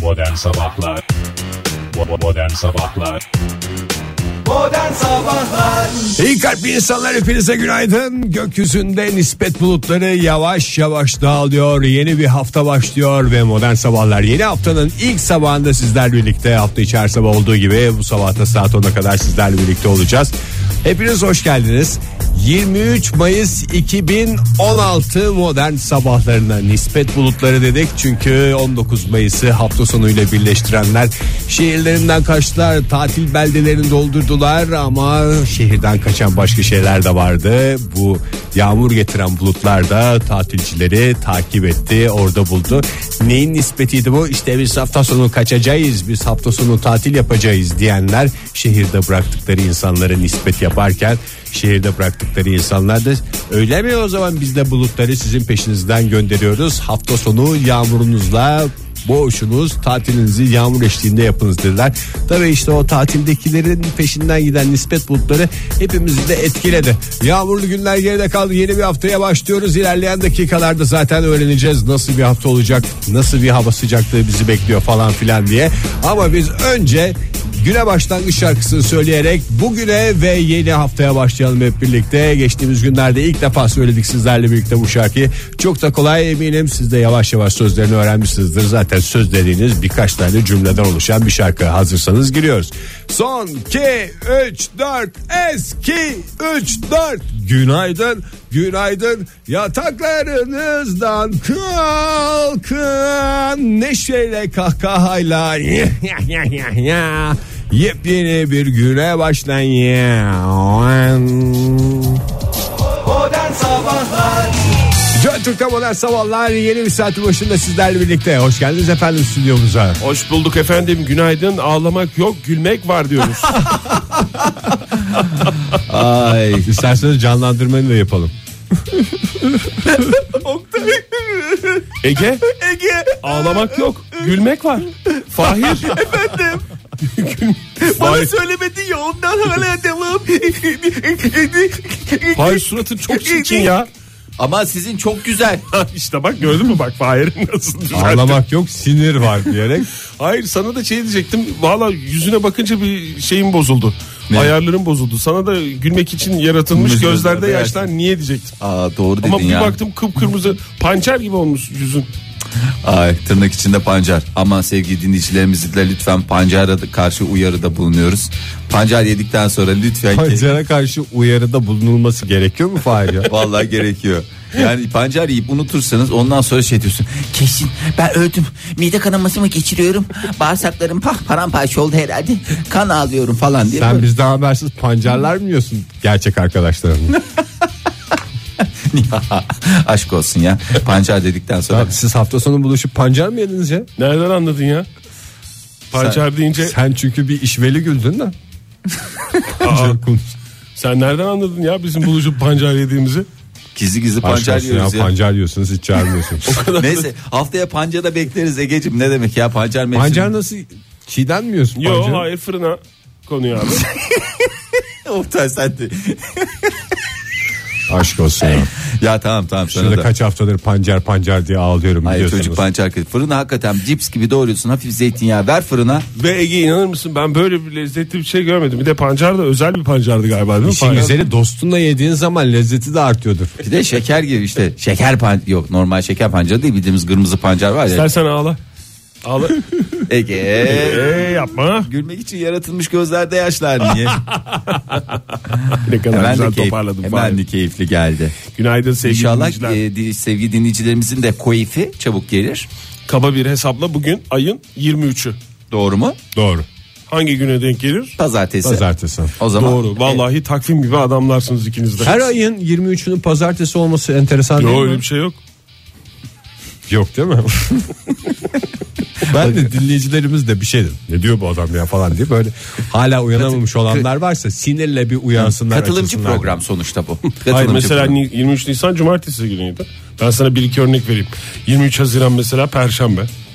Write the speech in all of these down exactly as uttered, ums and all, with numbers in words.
Modern Sabahlar Modern Sabahlar Modern Sabahlar İyi kalpli insanlar, hepinize günaydın. Gökyüzünde nispet bulutları yavaş yavaş dağılıyor. Yeni bir hafta başlıyor ve Modern Sabahlar yeni haftanın ilk sabahında sizlerle birlikte. Hafta içi her sabah olduğu gibi bu sabahta saat ona kadar sizlerle birlikte olacağız. Hepiniz hoş geldiniz. yirmi üç Mayıs iki bin on altı Modern Sabahlarına nispet bulutları dedik. Çünkü on dokuz Mayıs'ı hafta sonuyla birleştirenler şehirlerinden kaçtılar, tatil beldelerini doldurdular ama şehirden kaçan başka şeyler de vardı. Bu yağmur getiren bulutlar da tatilcileri takip etti, orada buldu. Neyin nispetiydi bu? İşte biz hafta sonu kaçacağız, biz hafta sonu tatil yapacağız diyenler şehirde bıraktıkları insanlara nispet yaparken şehirde bıraktıkları insanlar da öyle mi, o zaman biz de bulutları sizin peşinizden gönderiyoruz. Hafta sonu yağmurunuzla boğuşunuz, tatilinizi yağmur eşliğinde yapınız dediler. Tabii işte o tatildekilerin peşinden giden nispet bulutları hepimizi de etkiledi. Yağmurlu günler geride kaldı, yeni bir haftaya başlıyoruz. İlerleyen dakikalarda zaten öğreneceğiz nasıl bir hafta olacak, nasıl bir hava sıcaklığı bizi bekliyor falan filan diye. Ama biz önce güne başlangıç şarkısını söyleyerek bugüne ve yeni haftaya başlayalım hep birlikte. Geçtiğimiz günlerde ilk defa söyledik sizlerle birlikte bu şarkıyı. Çok da kolay, eminim siz de yavaş yavaş sözlerini öğrenmişsinizdir. Zaten söz dediğiniz birkaç tane cümleden oluşan bir şarkı. Hazırsanız giriyoruz. Son iki üç dört eski üç dört günaydın günaydın yataklarınızdan kalkın, neşeyle kahkahayla yepyeni bir güne başlayın. Modern Sabahlar Joy Türk'te Modern Sabahlar yeni bir saatin başında sizlerle birlikte. Hoş geldiniz efendim stüdyomuza. Hoş bulduk efendim, günaydın. Ağlamak yok, gülmek var diyoruz. Ay, isterseniz canlandırmayı da yapalım. Ege, Ege, ağlamak yok, gülmek var. Fahir, efendim. bana söylemedin ya, ondan hala devam. Fahir, suratın çok çirkin ya. Ama sizin çok güzel. İşte bak, gördün mü bak Fahir'in nasıl düzeltti. Ağlamak yok, sinir var diyerek. Hayır, sana da şey diyecektim. Valla yüzüne bakınca bir şeyim bozuldu. Ne? Ayarlarım bozuldu. Sana da gülmek için yaratılmış Gözlerde gözlerde yaş- yaşlar niye diyecektim. Aa, doğru dedin Ama bir ya. baktım kıpkırmızı pançer gibi olmuş yüzün. Ay, tırnak içinde pancar. Aman sevgili dinleyicilerimizle lütfen pancara da karşı uyarıda bulunuyoruz. Pancar yedikten sonra lütfen. Pancara karşı uyarıda bulunulması gerekiyor mu Fahir ya? Vallahi gerekiyor. Yani pancar yiyip unutursanız ondan sonra şey diyorsun. Kesin ben öldüm, mide kanaması mı geçiriyorum, bağırsaklarım pah paramparça oldu herhalde, kan ağlıyorum falan diye. Sen böyle. bizden habersiz pancarlar mı yiyorsun gerçek arkadaşlarım? Aşk olsun ya. Pancar dedikten sonra. Siz hafta sonu buluşup pancar mı yediniz ya? Nereden anladın ya? Pancar Sen- deyince Sen çünkü bir işveli güldün de. Aa, sen nereden anladın ya bizim buluşup pancar yediğimizi? Gizli gizli Pancar pancar yiyoruz ya, ya. pancar yiyorsunuz, hiç çağırmıyorsunuz. Neyse, haftaya pancara bekleriz Egeciğim. Ne demek ya, pancar mevsimi. Pancar nasıl, çiğden mi yiyorsun Yok pancarı? hayır, fırına konuyor abi. Oktay sen de. Aşk olsun ya. Ya tamam tamam sana Şurada da. kaç haftadır pancar pancar diye ağlıyorum, Hayır, biliyorsunuz. çocuk pancar kız. Fırına hakikaten cips gibi doğruyorsun. Hafif zeytinyağı ver fırına. Ve Ege, inanır mısın, ben böyle bir lezzetli bir şey görmedim. Bir de pancar da özel bir pancardı galiba, değil mi? İşin Pancar. güzeli, dostunla yediğin zaman lezzeti de artıyordur. Bir de şeker gibi işte. Şeker pan yok, normal şeker pancarı değil, bildiğimiz kırmızı pancar var ya. İstersen ağla. Ağla. Ege. Eee yapma. Gülmek için yaratılmış gözlerde yaşlar niye? Ne kadar Hemen güzel de, keyif, toparladım. hemen de keyifli geldi. Günaydın sevgili İnşallah dinleyiciler. e, di- sevgili dinleyicilerimizin de keyfi çabuk gelir. Kaba bir hesapla bugün ayın yirmi üçü. Doğru mu? Doğru. Hangi güne denk gelir? Pazartesi. Pazartesi. O zaman. Doğru. Vallahi takvim gibi adamlarsınız ikiniz de. Her ayın yirmi üçünün pazartesi olması enteresan değil Yok, mi? öyle bir şey yok. Yok değil mi? Ben de dinleyicilerimiz de bir şey dedim. Ne diyor bu adam ya falan diye böyle hala uyanamamış olanlar varsa sinirle bir uyansınlar. Katılımcı açılsınlar. program sonuçta bu. Hayır, Katılımcı mesela program. ni- yirmi üç Nisan Cumartesi günüydü. Ben sana bir iki örnek vereyim. yirmi üç Haziran mesela Perşembe.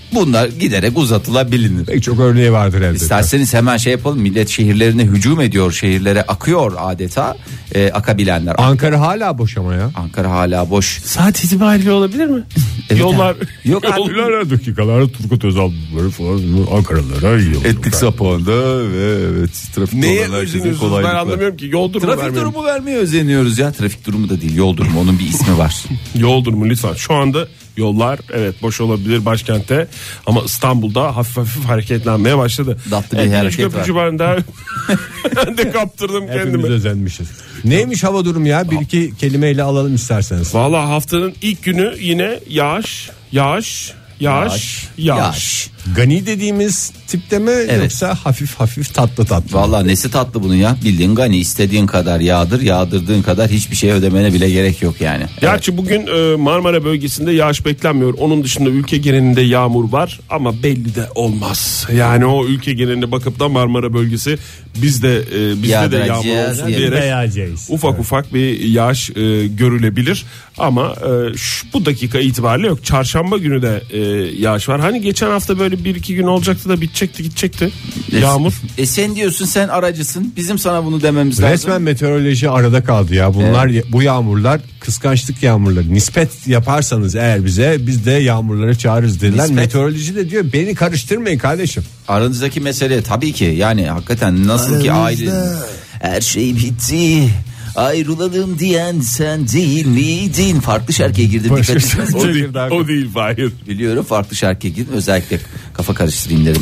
Bunlar giderek uzatılabilir. Pek çok örneği vardır elbette. İsterseniz hemen şey yapalım. Millet şehirlerine hücum ediyor. Şehirlere akıyor adeta. Ee, akabilenler. Ankara hala boş ama ya. Ankara hala boş. Saat itibariyle olabilir mi? Evet, Yollar. Yok abi. Yollar dakikalar Turgut Özal böyle falan Ankaralılara yiyor. Ettik sapağında ve evet trafik Neye olan herkesin özeniyorsunuz ben kolaylıkla. anlamıyorum ki. Yol durumu Trafik vermeyelim. durumu vermeye özeniyoruz ya. Trafik durumu da değil, yol durumu, onun bir ismi var. Yol durumu lütfen. Şu anda yollar evet boş olabilir başkentte ama İstanbul'da hafif hafif hareketlenmeye başladı. Tatlı bir Evet, hareket köprücü var. ben de, ben de kaptırdım Hepimiz kendimi. özenmişiz. Neymiş hava durumu ya? Bir iki kelimeyle alalım isterseniz. Valla haftanın ilk günü yine yağış, yağış, yağış, yağış. Yağış. Gani dediğimiz tipte mi Evet. yoksa hafif hafif tatlı tatlı? Vallahi nesi tatlı bunun ya. Bildiğin gani, istediğin kadar yağdır, yağdırdığın kadar hiçbir şey ödemene bile gerek yok yani. Gerçi bugün e, Marmara bölgesinde yağış beklenmiyor. Onun dışında ülke genelinde yağmur var ama belli de olmaz. Yani o ülke geneline bakıp da Marmara bölgesi bizde e, bizde de yağmur Yağdıracağız, olsun yani diyerek ufak ufak bir yağış e, görülebilir. Ama e, şu, bu dakika itibariyle yok. Çarşamba günü de e, yağış var. Hani geçen hafta böyle bir iki gün olacaktı da bitecekti gidecekti E, yağmur. E sen diyorsun, sen aracısın. Bizim sana bunu dememiz lazım. Resmen meteoroloji arada kaldı ya. Bunlar bu yağmurlar kıskançlık yağmurları. Nispet yaparsanız eğer bize biz de yağmurları çağırırız dediler. Nispet. Meteoroloji de diyor beni karıştırmayın kardeşim. Aranızdaki mesele tabii ki yani hakikaten nasıl ki aile... Her şey bitti. Ayrılalım diyen sen değil miydin? Farklı şarkıya girdim. Dikkat etmez. O değil, o değil Fahir. Biliyorum, farklı şarkıya girdim. Özellikle kafa karıştırayım dedim.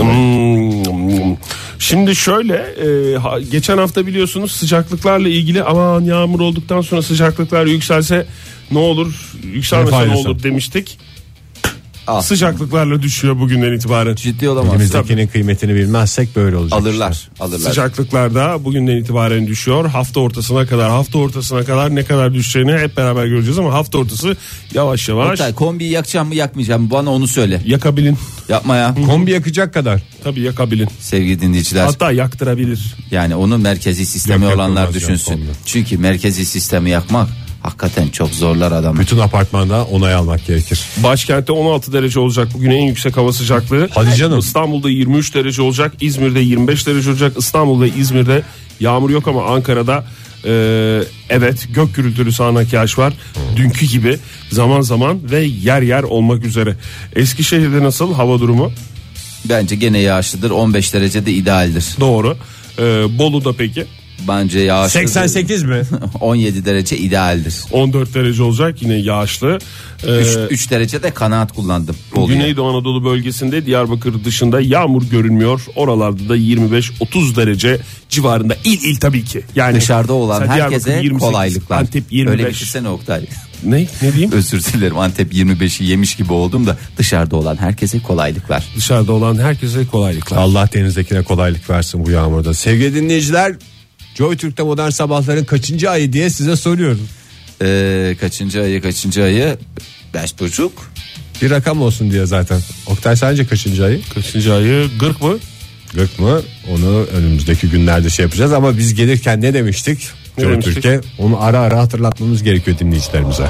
Hmm. Şimdi şöyle e, ha, geçen hafta biliyorsunuz sıcaklıklarla ilgili aman yağmur olduktan sonra sıcaklıklar yükselse ne olur, yükselmese Ne ne, faydası? olur demiştik. Al. Sıcaklıklarla düşüyor bugünden itibaren. Ciddi olamaz. Elimizdekinin kıymetini bilmezsek böyle olacak. Alırlar, alırlar. Sıcaklıklar da bugünden itibaren düşüyor. Hafta ortasına kadar, hafta ortasına kadar ne kadar düşeceğini hep beraber göreceğiz ama hafta ortası yavaş yavaş Oktay, kombiyi yakacağım mı yakmayacağım mı? Bana onu söyle. yakabilin. Yapma ya. Kombi yakacak kadar. Tabii yakabilin. Sevgili dinleyiciler. Hatta yaktırabilir. Yani onun merkezi sistemi Yok, olanlar yakılmaz, düşünsün. yapılmaz. Çünkü merkezi sistemi yakmak hakikaten çok zorlar adamı. Bütün apartmanda onay almak gerekir. Başkentte on altı derece olacak bugün en yüksek hava sıcaklığı. Hadi canım. İstanbul'da yirmi üç derece olacak. İzmir'de yirmi beş derece olacak. İstanbul ve İzmir'de yağmur yok ama Ankara'da e, evet gök gürültülü sağanak yağış var. Dünkü gibi zaman zaman ve yer yer olmak üzere. Eskişehir'de nasıl hava durumu? Bence gene yağışlıdır. on beş derecede idealdir. Doğru. E, Bolu'da peki? Bence yağışlıdır. seksen sekiz mi? on yedi derece idealdir. on dört derece olacak yine yağışlı. E, üç derecede kanaat kullandım. Oluyor. Güneydoğu Anadolu bölgesinde Diyarbakır dışında yağmur görünmüyor. Oralarda da yirmi beş otuz derece civarında. İl il tabii ki. Yani Dışarıda olan mesela Diyarbakır herkese yirmi sekiz, kolaylıklar. Antep yirmi beş. Öyle düşünsene Oktay. Ne? Ne diyeyim? Özür dilerim, Antep yirmi beşi yemiş gibi oldum da dışarıda olan herkese kolaylıklar. Dışarıda olan herkese kolaylıklar. Allah denizdekine kolaylık versin bu yağmurda. Sevgili dinleyiciler, Joy Türk'te modern sabahların kaçıncı ayı diye size soruyorum. Ee, kaçıncı ayı kaçıncı ayı? Beş buçuk. Bir rakam olsun diye zaten. Oktay sence kaçıncı ayı? Kaçıncı ayı? Gırk mı? Gırk mı? Onu önümüzdeki günlerde şey yapacağız ama biz gelirken ne demiştik? Ne Joy demiştik? Türk'e onu ara ara hatırlatmamız gerekiyor dinleyicilerimize.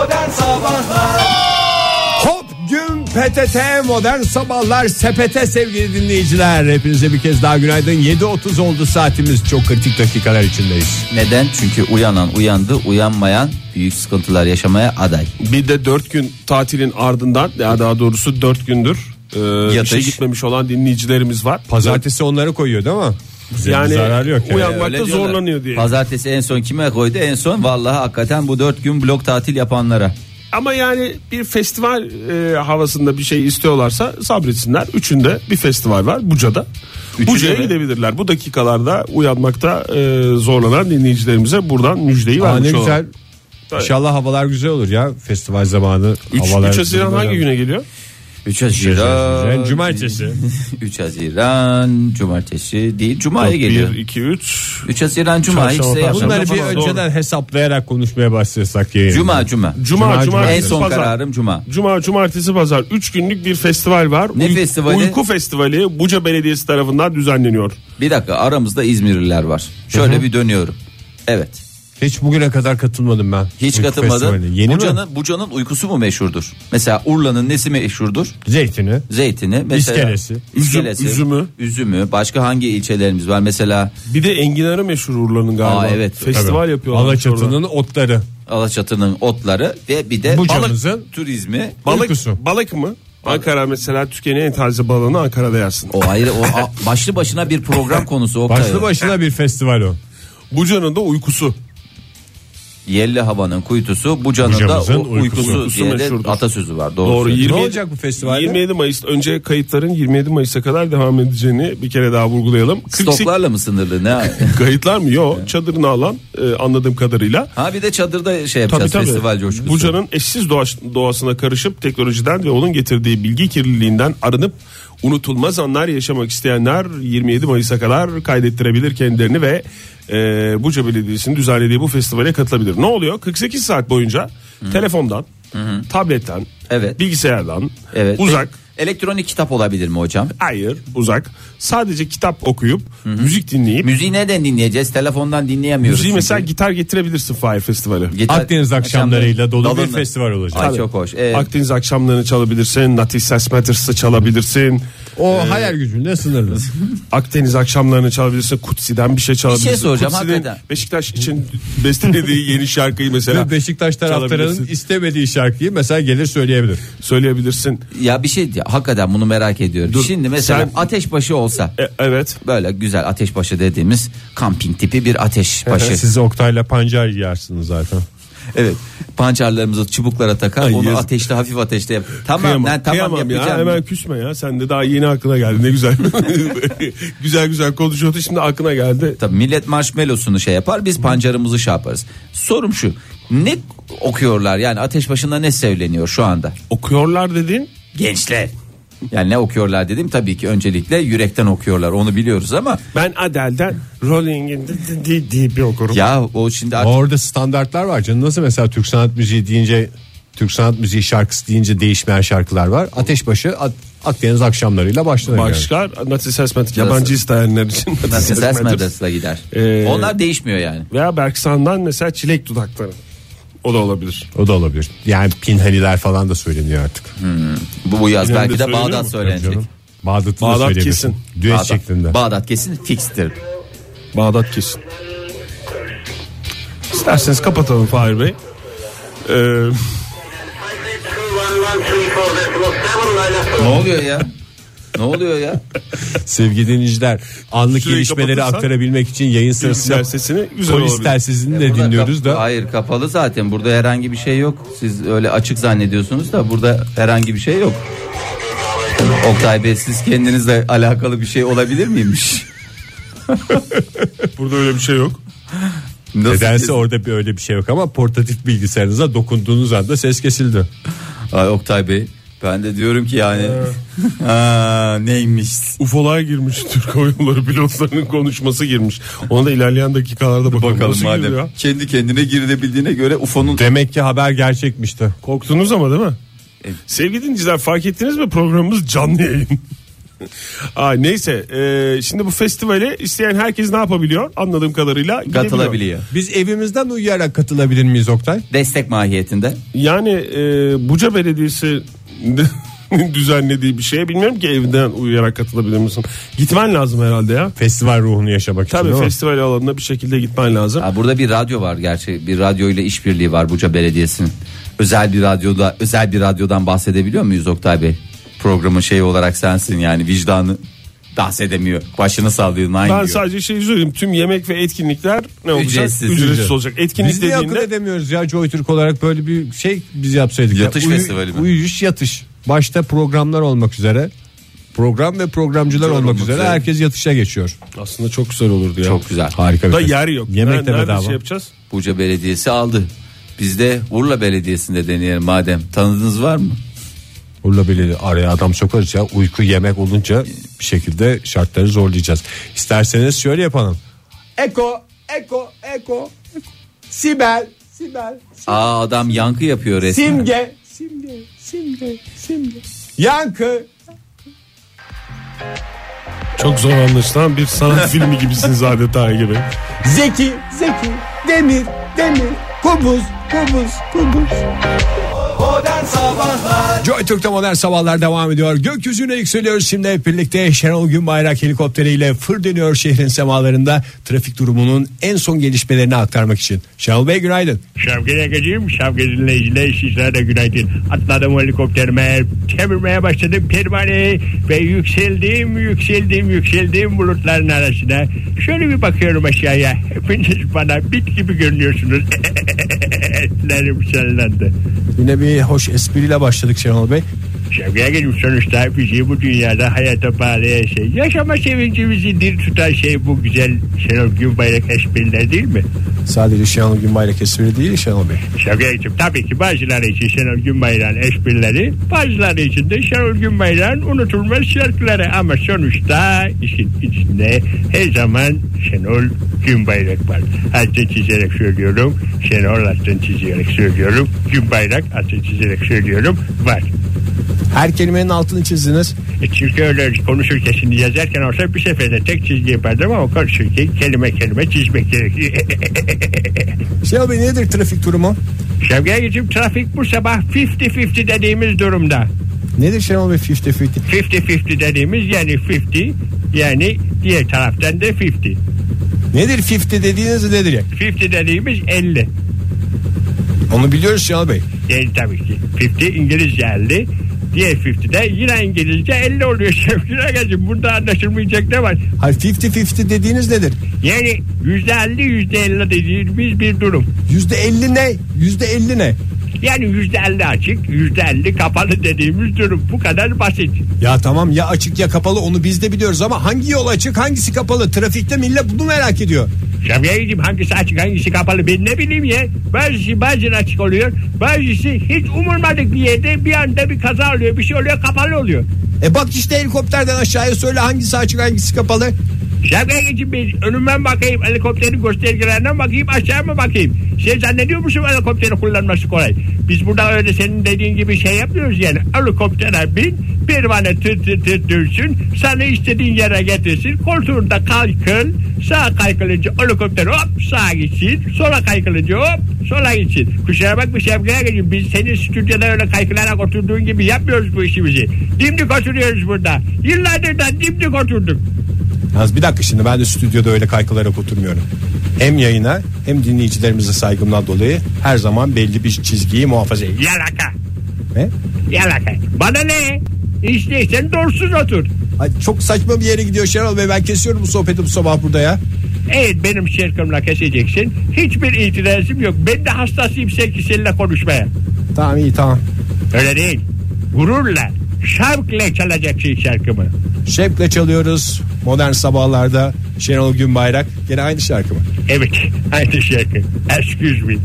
Hop gün P T T modern sabahlar sepete sevgili dinleyiciler. Hepinize bir kez daha günaydın. yedi otuz oldu saatimiz, çok kritik dakikalar içindeyiz. Neden? Çünkü uyanan uyandı, uyanmayan büyük sıkıntılar yaşamaya aday. Bir de dört gün tatilin ardından, ya daha doğrusu dört gündür e, Yatış. işe gitmemiş olan dinleyicilerimiz var. Pazartesi onları koyuyor değil mi? Bize Yani bir zarar yok. Yani. uyanmakta Öyle diyorlar. zorlanıyor diye. Pazartesi en son kime koydu? En son vallahi hakikaten bu dört gün blok tatil yapanlara. Ama yani bir festival e, havasında bir şey istiyorlarsa sabretsinler. Üçünde bir festival var Buca'da. Üçünde Buca'ya mi? gidebilirler. Bu dakikalarda uyanmakta e, zorlanan dinleyicilerimize buradan müjdeyi Aa, vermiş ne olalım. güzel. İnşallah havalar güzel olur ya. Festival zamanı. üç havalar Haziran hangi güne geliyor? üç Haziran Cumartesi. üç Haziran Cumartesi değil, Cuma'ya geliyor. bir, iki, üç üç Haziran Cuma hiç Çarşamba, de Perşembe Bunları yapmadım. bir falan. önceden hesaplayarak konuşmaya başlasak yayın. Cuma Cuma. Cuma, Cuma, cumartesi, En son pazar. kararım Cuma. Cuma, cumartesi, pazar. Üç günlük bir festival var. Ne festivali? Uyku festivali Buca Belediyesi tarafından düzenleniyor. Bir dakika, aramızda İzmirliler var. Şöyle bir dönüyorum. Evet. Hiç bugüne kadar katılmadım ben. Hiç Uyku katılmadın. festivaline. Yeni mi? Buca'nın, Buca'nın uykusu mu meşhurdur? Mesela Urla'nın nesi meşhurdur? Zeytini. Zeytini. Mesela, İskelesi. İskelesi. Üzümü. Üzümü. Başka hangi ilçelerimiz var? Mesela Bir de enginarı meşhur Urla'nın galiba. Aa, evet. Festival yapıyorlar. Alaçatı'nın otları. Alaçatı'nın otları ve bir de Buca'mızın balık turizmi. Balık, Uykusu. balık mı? Ankara mesela Türkiye'nin en taze balığını Ankara'da yersin. O ayrı, o a- başlı başına bir program konusu. Oktay. Başlı başına bir festival o. Buca'nın da uykusu. Yerli havanın kuytusu, Buca'nın da Buca'mızın o uykusu, uykusu diye de meşhurdur. atasözü var. Doğru. Doğru. söylüyorsun. yirmi Ne yedi olacak bu festivalde? yirmi yedi Mayıs önce kayıtların yirmi yedi Mayıs'a kadar devam edeceğini bir kere daha vurgulayalım. kırk sekiz Stoklarla mı sınırlı ne? kayıtlar mı? Yok. Çadırını alan e, anladığım kadarıyla. Ha bir de çadırda şey Tabii yapacağız, tabii. festival coşkusu. Buca'nın eşsiz doğaç, doğasına karışıp teknolojiden ve onun getirdiği bilgi kirliliğinden arınıp unutulmaz anlar yaşamak isteyenler yirmi yedi Mayıs'a kadar kaydettirebilir kendilerini ve e, Buca Belediyesi'nin düzenlediği bu festivale katılabilir. Ne oluyor? kırk sekiz saat boyunca Hı. telefondan, Hı. tabletten, Evet. bilgisayardan, Evet. uzak. Elektronik kitap olabilir mi hocam? Hayır, uzak. Sadece kitap okuyup, Hı-hı. müzik dinleyip. Müziği nereden dinleyeceğiz? Telefondan dinleyemiyoruz. Müziği çünkü. mesela gitar getirebilirsin Fire Festivale. Gitar- Akdeniz akşamlarıyla dolu bir Dalınla. festival olacak. Ay Tabii. çok hoş. Ee, Akdeniz akşamlarını çalabilirsin, Natis Matters'ı çalabilirsin. O hayal gücünde sınırlı. Akdeniz akşamlarını çalabilirsin, Kutsi'den bir şey çalabilirsin. Bir şey soracağım, Kutsi'nin hakikaten. Beşiktaş için bestelediği yeni şarkıyı mesela Ve Beşiktaş taraftarının çalabilirsin. istemediği şarkıyı mesela gelir söyleyebilir. söyleyebilirsin. ya bir şey ya, hakikaten bunu merak ediyorum. Dur, Şimdi mesela sen- ateşbaşı olsa. E, evet. Böyle güzel ateşbaşı dediğimiz kamping tipi bir ateşbaşı. Siz Oktay'la pancar yersiniz zaten. Evet. Pancarlarımızı çubuklara takar. Ay, onu yazık. ateşte hafif ateşte yap. Tamam Kıyamam, lan tamam kıyamam ya, yapacağım. hemen küsme ya. Sen de daha yeni aklına geldi. Ne güzel. güzel güzel konuşuyordu, şimdi aklına geldi. Tabii millet marshmallowsunu şey yapar, biz pancarımızı şey yaparız. Sorum şu. Ne okuyorlar yani ateş başında ne söyleniyor şu anda? Okuyorlar dediğin Gençler. Yani ne okuyorlar dedim tabii ki öncelikle yürekten okuyorlar onu biliyoruz ama ben Adele'den Rolling in the Deep diye bir okurum. ya o şimdi artık Orada standartlar var canım. Nasıl mesela Türk sanat müziği deyince, Türk sanat müziği şarkısı deyince değişmeyen şarkılar var. Ateşbaşı Ak- Akdeniz akşamlarıyla başlanır. yani. Başka Natis Esmet yabancı isteyenler için nasıl Esmet Esmer'de gider. Ee, Onlar değişmiyor yani. veya Berksan'dan mesela Çilek Dudakları. O da olabilir. O da olabilir. Yani pinhaniler falan da söyleniyor artık. Bu, bu yaz Yine belki de de söyleniyor Bağdat mu? söylenecek. Canım. Bağdat'ı da Bağdat söyleyebilirsin. kesin. Düet Bağdat, şeklinde. Bağdat kesin fikstir. Bağdat kesin. İsterseniz kapatalım Fahir Bey. Ee, Ne oluyor ya? Ne oluyor ya? Sevgili dinleyiciler, anlık Şurayı gelişmeleri kapatırsan aktarabilmek için yayın sırasında bilgisayar sesini güzel polis olabilir. telsizini de Burada dinliyoruz kap- da. Hayır kapalı zaten. Burada herhangi bir şey yok. Siz öyle açık zannediyorsunuz da burada herhangi bir şey yok. Oktay Bey siz kendinizle alakalı bir şey olabilir miymiş? Burada öyle bir şey yok. Nasıl Nedense kes- orada bir öyle bir şey yok ama portatif bilgisayarınıza dokunduğunuz anda ses kesildi. Ay Oktay Bey ben de diyorum ki yani ha, neymiş? U F O'lar girmiş, Türk Hava Yolları pilotlarının konuşması girmiş. Ona da ilerleyen dakikalarda bakalım. Bakalım Nasıl girdi madem. ya? Kendi kendine girilebildiğine göre U F O'nun Demek ki haber gerçekmişti. Korktunuz ama değil mi? Evet. Sevgili dinleyiciler, fark ettiniz mi, programımız canlı yayın. Aa, neyse e, şimdi bu festivale isteyen herkes ne yapabiliyor? Anladığım kadarıyla gidebiliyor. katılabiliyor. Biz evimizden uyuyarak katılabilir miyiz Oktay? Destek mahiyetinde. Yani e, Buca Belediyesi düzenlediği bir şeye bilmiyorum ki evden uyuyarak katılabilir misin? Gitmen lazım herhalde ya. Festival ruhunu yaşamak için Tabii değil mi? festival alanına bir şekilde gitmen lazım. Ha, burada bir radyo var gerçi. Bir radyo ile işbirliği var Buca Belediyesi'nin. Özel bir radyoda özel bir radyodan bahsedebiliyor muyuz Oktay Bey? Programın şeyi olarak sensin yani vicdanı bahsedemiyor. Başını sallıyor. Nine Ben diyor. sadece şey söyleyeyim, tüm yemek ve etkinlikler ne olacak? Ücretsiz. Ücretsiz Ücret. olacak. Etkinlik Biz niye akıl dediğinde edemiyoruz ya Joy Türk olarak böyle bir şey biz yapsaydık. ya. Yatış festivali mi? Uyuş yatış. Başta programlar olmak üzere. Program ve programcılar Güzel olmak olmak üzere üzere. herkes yatışa geçiyor. aslında çok güzel olurdu ya. Çok güzel. Harika bir Da şey. yer yok. Yemek Nerede- de nerede bedava. şey yapacağız? Buca Belediyesi aldı. Biz de Urla Belediyesi'nde deneyelim madem. Tanıdığınız var mı? Urla Belediye araya adam sokarız ya. Uyku yemek olunca bir şekilde şartları zorlayacağız. İsterseniz şöyle yapalım. Eko, eko, eko. Sibel, Sibel. Aa adam yankı yapıyor resmen. Simge, simge, simge, simge. Yankı. Çok zor anlaşılan bir sanat filmi gibisiniz adeta gibi. Zeki, Zeki, Demir, Demir, Kubuz, Kubuz, Kubuz. Modern Sabahlar. Joy Türk'te Modern Sabahlar devam ediyor. Gökyüzüne yükseliyoruz şimdi hep birlikte. Şenol Günbayrak helikopteriyle fır dönüyor şehrin semalarında. Trafik durumunun en son gelişmelerini aktarmak için. Şenol Bey günaydın. Şevket Egeciğim, Şevket dinleyiciler, sizlere de günaydın. Atladım helikopterime, çevirmeye başladım pervaneyi ve yükseldim, yükseldim, yükseldim bulutların arasına. Şöyle bir bakıyorum aşağıya. Hepiniz bana bit gibi görünüyorsunuz. Etlerim sallandı. Yine bir hoş espriyle başladık Şenol Bey. Şevket Egeciğim, sonuçta bizi bu dünyada hayata bağlayan şey, yaşama sevincimizi dir tutan şey bu güzel Şenol Günbayrak espriler değil mi? Sadece Şenol Günbayrak espri değil Şenol Bey. Şevket'ciğim, tabii ki bazıları için Şenol Günbayrak'ın esprileri, bazıları için de Şenol Günbayrak'ın unutulmaz şarkıları, ama sonuçta işin içinde her zaman Şenol Günbayrak var. Altın çizerek söylüyorum, Şenol altın çizerek söylüyorum, Günbayrak altın çizerek söylüyorum, var. Her kelimenin altını çizdiniz. E çünkü öyle konuşurken, şimdi yazarken olsa bir seferde tek çizgi yapardım ama konuşurken kelime kelime çizmek gerekiyor. Şenol Bey, nedir trafik durumu? Şevket'ciğim, trafik bu sabah elli elli dediğimiz durumda. Nedir Şenol Bey elli elli? elli elli dediğimiz yani elli, yani diğer taraftan da elli. Nedir elli dediğiniz nedir ya? elli dediğimiz elli. Onu biliyoruz Şenol Bey. Yani tabii ki elli İngilizce elli. Diğer elli'de yine İngilizce elli oluyor Şevket'ciğim. Burada anlaşılmayacak ne var? Hayır, elli elli dediğiniz nedir? Yani yüzde elli yüzde elli dediğimiz bir durum. yüzde elli ne? yüzde elli ne? Yani yüzde elli açık, yüzde elli kapalı dediğimiz durum. Bu kadar basit. Ya tamam, ya açık ya kapalı, onu biz de biliyoruz ama hangi yol açık, hangisi kapalı? Trafikte millet bunu merak ediyor. Şevket'ciğim, hangisi açık hangisi kapalı ben ne bileyim ya. Bazısı bazen açık oluyor, bazısı hiç umulmadık bir yerde bir anda bir kaza oluyor, bir şey oluyor, kapalı oluyor. E bak işte helikopterden aşağıya söyle hangisi açık hangisi kapalı. Şevket'ciğim, ben önümden bakayım, helikopterin göstergelerinden bakayım, aşağı mı bakayım? Sen zannediyor musun helikopteri kullanması kolay? Biz burada öyle senin dediğin gibi şey yapıyoruz yani. Helikoptere bin, pervane tır tır tır dürsün, sana istediğin yere getirsin, koltuğunda kaykıl, sağa kaykılınca helikopter hop sağa gitsin, sola kaykılınca hop sola gitsin. Kusura bakma Şevket'ciğim, biz senin stüdyoda öyle kaykılarak oturduğun gibi yapmıyoruz bu işimizi. Dimdik oturuyoruz burada. Yıllardır da dimdik oturduk. Az bir dakika, şimdi ben de stüdyoda öyle kaykılarak oturmuyorum. Hem yayına hem dinleyicilerimize saygımdan dolayı her zaman belli bir çizgiyi muhafaza ediyorum. Yalaka. Ne? Yalaka. Bana ne? İsteysen doğrusuz otur. Ay, çok saçma bir yere gidiyor Şenol Bey, ben kesiyorum bu sohbeti bu sabah burada ya. Evet, benim şarkımla keseceksin. Hiçbir itirazım yok. Ben de hastasıyım seninle konuşmaya. Tamam, iyi, tamam. Öyle değil. Gururla, şevkle çalacaksın şarkımı. Şevkle çalıyoruz Modern Sabahlar'da. Şenol Günbayrak, gene aynı şarkı mı? Evet, aynı şarkı. Excuse me.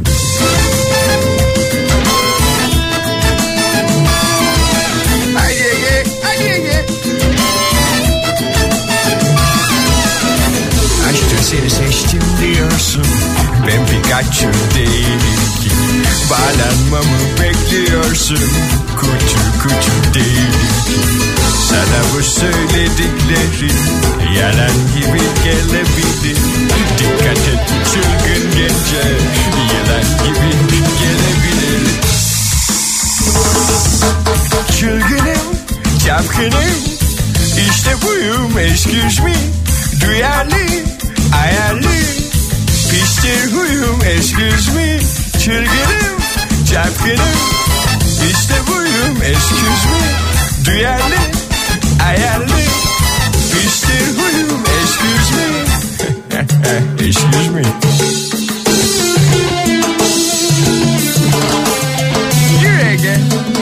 Aşkta seni seçtim diyorsun, ben Pikachu değilim ki. Bağlanmamı bekliyorsun, kutu kutu değilim ki. Sana bu söylediklerim yalan gibi gelebilir. Dikkat et çılgın gence, yılan gibi gelebilir. Çılgınım, çapkınım, işte buyum, excuse me. Duyarlı, ayarlı, piştir huyum, excuse me. Çılgınım, çapkınım, işte buyum, excuse me. Duyarlı, ayarlı, piştir huyum, excuse me. Excuse me. Yürü Ege.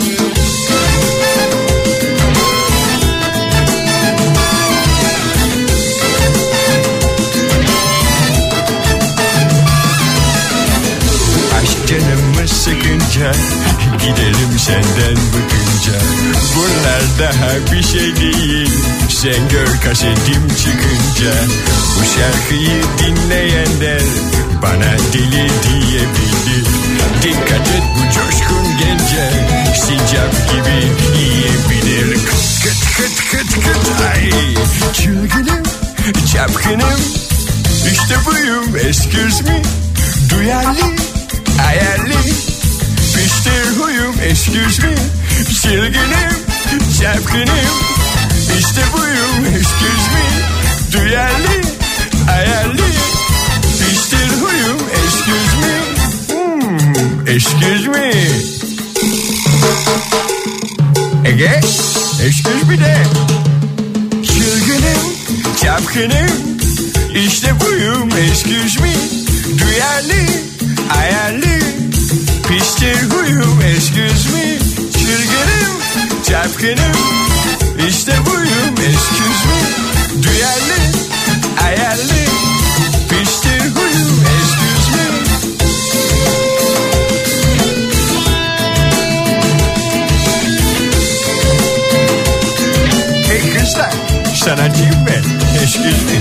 Aşk canımı sıkınca, gidelim senden bıkınca. Bunlar daha bir şey değil, sen gör kasetim çıkınca. Bu şarkıyı dinleyenler bana deli diyebilir. Dikkat et bu coşkun gence, sincap gibi yiyebilir. Kıt kıt kıt kıt kıt ay. Çılgınım, çapkınım, işte buyum, excuse me. Duyarlı, ayarlı, piştir huyum, excuse me. Çılgınım, çapkınım, işte buyum, excuse me. Duyarlı, ayarlı, piştir huyum, excuse me. Hmm, excuse me. Ege, excuse me de. Çılgınım, çapkınım, işte buyum, excuse me. Duyarlı, ayarlı, piştir huyum, excuse me. Çılgınım, çapkınım, işte buyum, excuse me. Duyarlı, ayarlı, piştir huyum, excuse me. Hey kızlar, sanatçıyım ben, excuse me.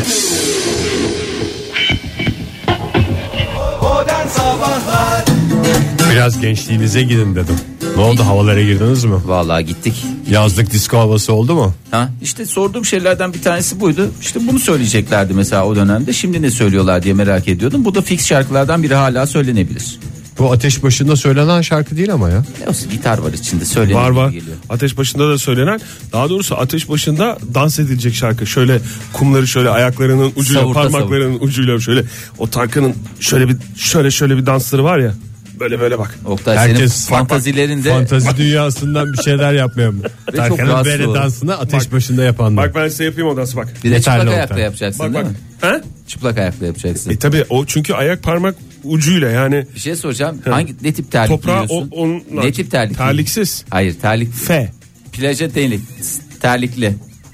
Biraz gençliğinize gidin dedim. Ne oldu, havalara girdiniz mi? Vallahi gittik. Yazlık disco havası oldu mu? Ha, işte sorduğum şeylerden bir tanesi buydu. İşte bunu söyleyeceklerdi mesela o dönemde. Şimdi ne söylüyorlar diye merak ediyordum. Bu da fix şarkılardan biri, hala söylenebilir. Bu ateş başında söylenen şarkı değil ama ya. Ne olsun, gitar var içinde, söylenir. Var var. Geliyor. Ateş başında da söylenen, daha doğrusu ateş başında dans edilecek şarkı. Şöyle kumları şöyle ayaklarının ucuyla, Savurta parmaklarının savurta. ucuyla şöyle o Tarkan'ın şöyle bir şöyle şöyle bir dansları var ya. Böyle böyle bak. Oktay, Herkes senin fantazilerinde fantazi dünyasından bir şeyler yapmıyor mu? çok Tarkan'ın rahatsız böyle olur. dansını ateş Bak, başında yapanlar. Bak ben size yapayım o dansı bak. bir de Yeterli çıplak Oktay. ayakla yapacaksın Bak değil bak. mi? He? Çıplak ayakla yapacaksın. E tabi o çünkü ayak parmak ucuyla yani. Bir şey soracağım. Hangi ne tip terlik Toprağa giyiyorsun? o- onun- ne tip terlik? Terliksiz. Hayır, terlik. F. Plaja değil. Terlikli.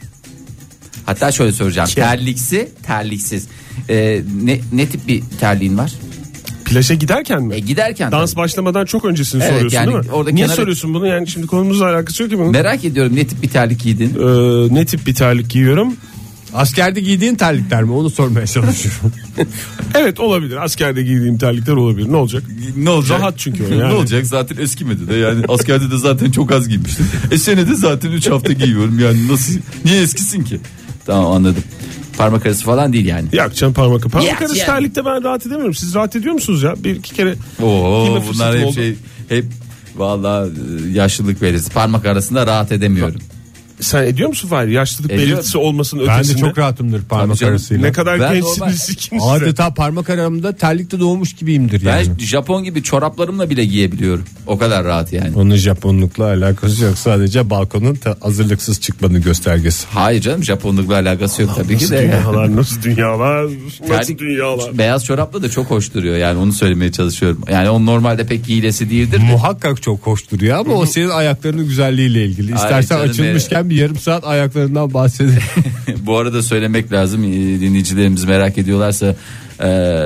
Hatta şöyle soracağım. Terliksi, terliksiz. Ee, ne ne tip bir terliğin var? Plaja giderken mi? E, giderken. Dans tabii. başlamadan çok öncesini Evet, soruyorsun yani değil mi? orada Niye kenara- soruyorsun bunu? Yani şimdi konumuzla alakası yok ki bunun. Merak ediyorum, ne tip bir terlik giydin? Ee, ne tip bir terlik giyiyorum? Askerde giydiğin terlikler mi? Onu sormaya çalışıyorum. Evet, olabilir. Askerde giydiğim terlikler olabilir. Ne olacak? Ne olacak? Rahat çünkü o yani. Ne olacak? Zaten eskimedi de, yani askerde de zaten çok az giymiştim. E senede zaten üç hafta giyiyorum, yani nasıl, niye eskisin ki? Tamam, anladım. Parmak arası falan değil yani. Yak canım parmak parmak Yak, arası yak. terlikte ben rahat edemiyorum. Siz rahat ediyor musunuz ya? Bir iki kere Oo, giyme bunlar fırsatım hep oldu. şey, hep vallahi e, yaşlılık belirtisi. Parmak arasında rahat edemiyorum. Sen ediyor musun Fahir? Yaşlılık Ediyorum. belirtisi olmasının Ben de ötesinde. çok rahatımdır parmak Tabii canım. arasıyla. Ne kadar Ben gençsiniz ikiniz de. Adeta parmak aramda terlikte doğmuş gibiyimdir Ben yani. Japon gibi çoraplarımla bile giyebiliyorum. O kadar rahat yani. Onun Japonlukla alakası yok. Sadece balkonun ta- hazırlıksız çıkmanın göstergesi. Hayır canım, Japonlukla alakası yok tabii ki Nasıl de. dünyalar, nasıl dünyalar, nasıl Terlik- dünyalar. Beyaz çorapla da çok hoş duruyor, yani onu söylemeye çalışıyorum. Yani onun normalde pek giyilesi değildir de. Muhakkak çok hoş duruyor ama o senin ayaklarının güzelliğiyle ilgili. İstersen canım açılmışken bir yarım saat ayaklarından bahsedelim. Bu arada söylemek lazım, e, dinleyicilerimiz merak ediyorlarsa, e,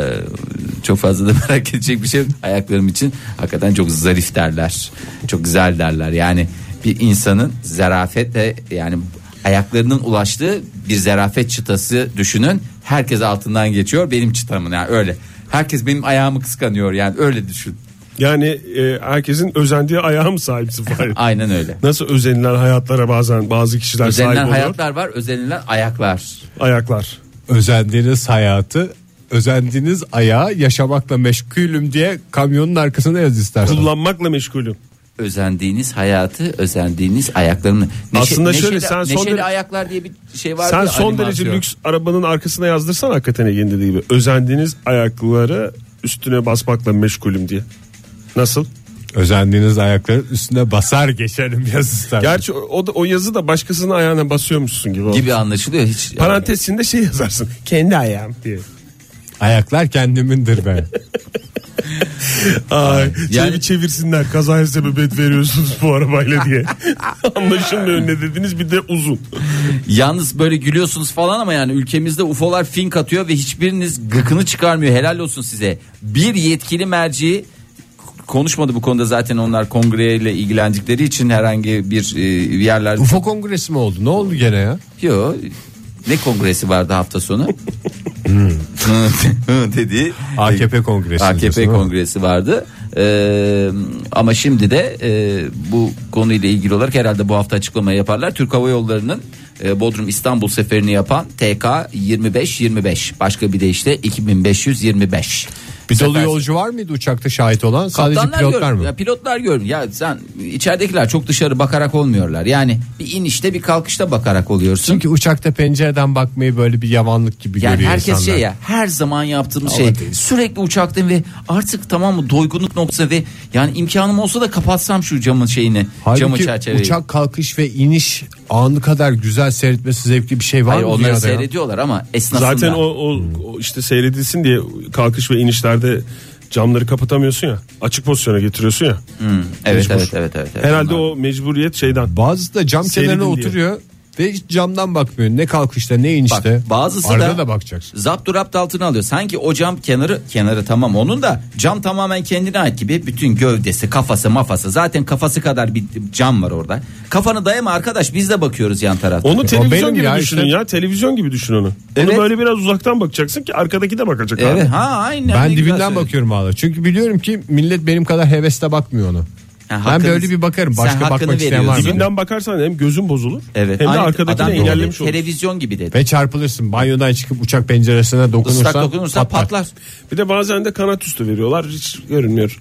çok fazla da merak edecek bir şey yok. Ayaklarım için hakikaten çok zarif derler, çok güzel derler. Yani bir insanın zarafetle, yani ayaklarının ulaştığı bir zarafet çıtası düşünün, herkes altından geçiyor, benim çıtamın yani öyle. Herkes benim ayağımı kıskanıyor, yani öyle düşün. Yani e, herkesin özendiği ayağa mı sahipsin Fahir? Aynen öyle. Nasıl özenilen hayatlara bazen bazı kişiler Özenilen sahip oluyor? hayatlar var, özenilen ayaklar. Ayaklar. Özendiğiniz hayatı, özendiğiniz ayağı yaşamakla meşgulüm diye kamyonun arkasına yaz istersen. Kullanmakla meşgulüm. Özendiğiniz hayatı, özendiğiniz ayaklarını. Aslında şöyle, neşeli, sen son neşeli derece- ayaklar diye bir şey var. Sen ya, son animasyon. derece lüks arabanın arkasına yazdırsan hakikaten Ege'nin dediği gibi. Özendiğiniz ayakları üstüne basmakla meşgulüm diye. Nasıl? Özendiğiniz ayakların üstüne basar geçerim yaz istersen. Gerçi o, o, da, o yazı da başkasının ayağına basıyormuşsun gibi. Gibi anlaşılıyor hiç. Parantezinde şey yazarsın. Kendi ayağım diye. Ayaklar kendimindir ben. Ay, Yani- bir çevirsinler, kazaya sebebiyet veriyorsunuz bu arabayla diye. Anlaşılmıyor ne dediniz, bir de uzun. Yalnız böyle gülüyorsunuz falan ama yani ülkemizde U F O'lar fink atıyor ve hiçbiriniz gıkını çıkarmıyor. Helal olsun size. Bir yetkili merci konuşmadı bu konuda, zaten onlar kongreyle ilgilendikleri için herhangi bir e, yerlerde. U F O kongresi mi oldu? Ne oldu gene ya? Yok. Ne kongresi vardı hafta sonu? Hı dedi. A K P kongresi. A K P diyorsun, kongresi vardı. Ee, ama şimdi de e, bu konuyla ilgili olarak herhalde bu hafta açıklamayı yaparlar. Türk Hava Yolları'nın e, Bodrum İstanbul seferini yapan T K yirmi beş yirmi beş, başka bir deyişle iki bin beş yüz yirmi beş. Bir dolu Sefer... yolcu var mıydı uçakta şahit olan? Sadece Kaptanlar pilotlar gör, mı? Ya pilotlar görmüyor. Ya sen içeridekiler çok dışarı bakarak olmuyorlar. Yani bir inişte bir kalkışta bakarak oluyorsun. Çünkü uçakta pencereden bakmayı böyle bir yavanlık gibi yani görüyor herkes insanlar. şey ya, her zaman yaptığımız Ama şey değil. sürekli uçaktayım ve artık tamam mı doygunluk noktası ve yani imkanım olsa da kapatsam şu camın şeyini, Halbuki camı çerçeveyi. uçak kalkış ve iniş anı kadar güzel seyretmesi zevkli bir şey var Hayır, mı onları dünyada ya? seyrediyorlar ama esnasında. Zaten o, o, o işte seyredilsin diye kalkış ve inişlerde camları kapatamıyorsun ya, açık pozisyona getiriyorsun ya. Hmm, evet, Mecbur. evet evet evet evet. Herhalde Onlar- o mecburiyet şeyden. Bazısı da cam Seyredin kenarına diye. oturuyor ve hiç camdan bakmıyor. Ne kalkışta ne inişte. Bak, bazısı Arada da, da bakacaksın. zapturapt altına alıyor. Sanki o cam kenarı kenarı tamam, onun da cam tamamen kendine ait gibi, bütün gövdesi, kafası, mafası, zaten kafası kadar bir cam var orada. Kafanı dayama arkadaş, biz de bakıyoruz yan tarafta. Onu televizyon benim gibi ya düşünün işte. ya. Televizyon gibi düşün onu. Evet. Onu böyle biraz uzaktan bakacaksın ki arkadaki de bakacak. Evet, abi. ha aynen. Ben ne güzel dibinden söyledin. bakıyorum hala. Çünkü biliyorum ki millet benim kadar hevesle bakmıyor ona. Ha, Ben hakkını- böyle bir bakarım. sen Başka hakkını bakmak isteyen var mı? veriyorsun. Dibinden bakarsan hem gözün bozulur Evet. hem de Aynı arkadakini adam engellemiş dedi, olur. televizyon gibi dedi. Ve çarpılırsın. Banyodan çıkıp uçak penceresine dokunursan, Islak dokunursa patlar. patlar. Bir de bazen de kanat üstü veriyorlar, hiç görünmüyor.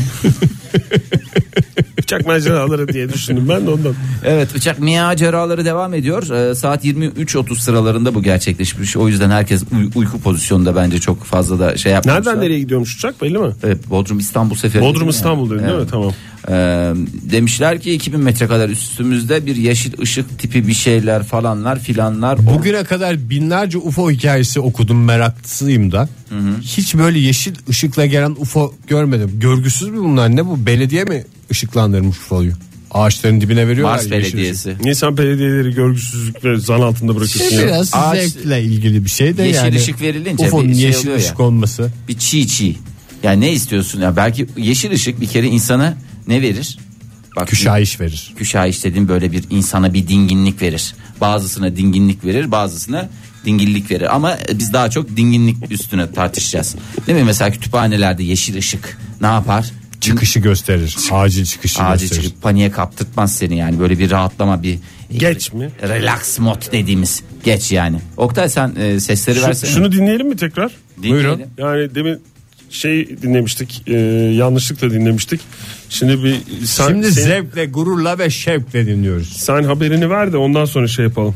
Uçak maceraları diye düşündüm ben de ondan. Evet, uçak maceraları devam ediyor. Ee, saat yirmi üç otuz sıralarında bu gerçekleşmiş. O yüzden herkes uy- uyku pozisyonunda bence çok fazla da şey yapmamışlar. Nereden nereye gidiyormuş uçak belli mi? Evet, Bodrum İstanbul seferi. Bodrum dedin ya. İstanbul dedin değil mi? Evet. Tamam. Ee, demişler ki iki bin metre kadar üstümüzde bir yeşil ışık tipi bir şeyler falanlar filanlar. Bugüne kadar binlerce U F O hikayesi okudum, meraklısıyım da. Hiç böyle yeşil ışıkla gelen U F O görmedim. Görgüsüz mü bunlar? Ne bu? Belediye mi ışıklandırmış U F O'yu? Ağaçların dibine veriyorlar. Mars yeşil ışık. Belediyesi. Nisan belediyeleri görgüsüzlük ve zan altında bırakıyorsun ya. Biraz Ağaç- zevkle ilgili bir şey de Yeşil yani. ışık verilince U F O'nun bir şey yeşil oluyor ya. ışık olması. Bir çiğ çiğ. Yani ne istiyorsun ya? Belki yeşil ışık bir kere insana ne verir? Bak, Küşayiş verir. Küşayiş dediğim böyle bir insana bir dinginlik verir. Bazısına dinginlik verir, bazısına dingillik verir. Ama biz daha çok dinginlik üstüne tartışacağız. Değil mi? Mesela kütüphanelerde yeşil ışık ne yapar? Çıkışı gösterir. Acil çıkışı Acil gösterir. çıkıp paniğe kaptırtmaz seni yani, böyle bir rahatlama, bir Geç mi? Relax mod dediğimiz geç yani. Oktay sen e, sesleri Şu- versene. şunu dinleyelim mi tekrar? Dinleyelim. Buyurun. Yani demin şey dinlemiştik, e, yanlışlıkla dinlemiştik. Şimdi bir sen, Şimdi sen, zevkle, gururla ve şevkle dinliyoruz. sen haberini ver de ondan sonra şey yapalım.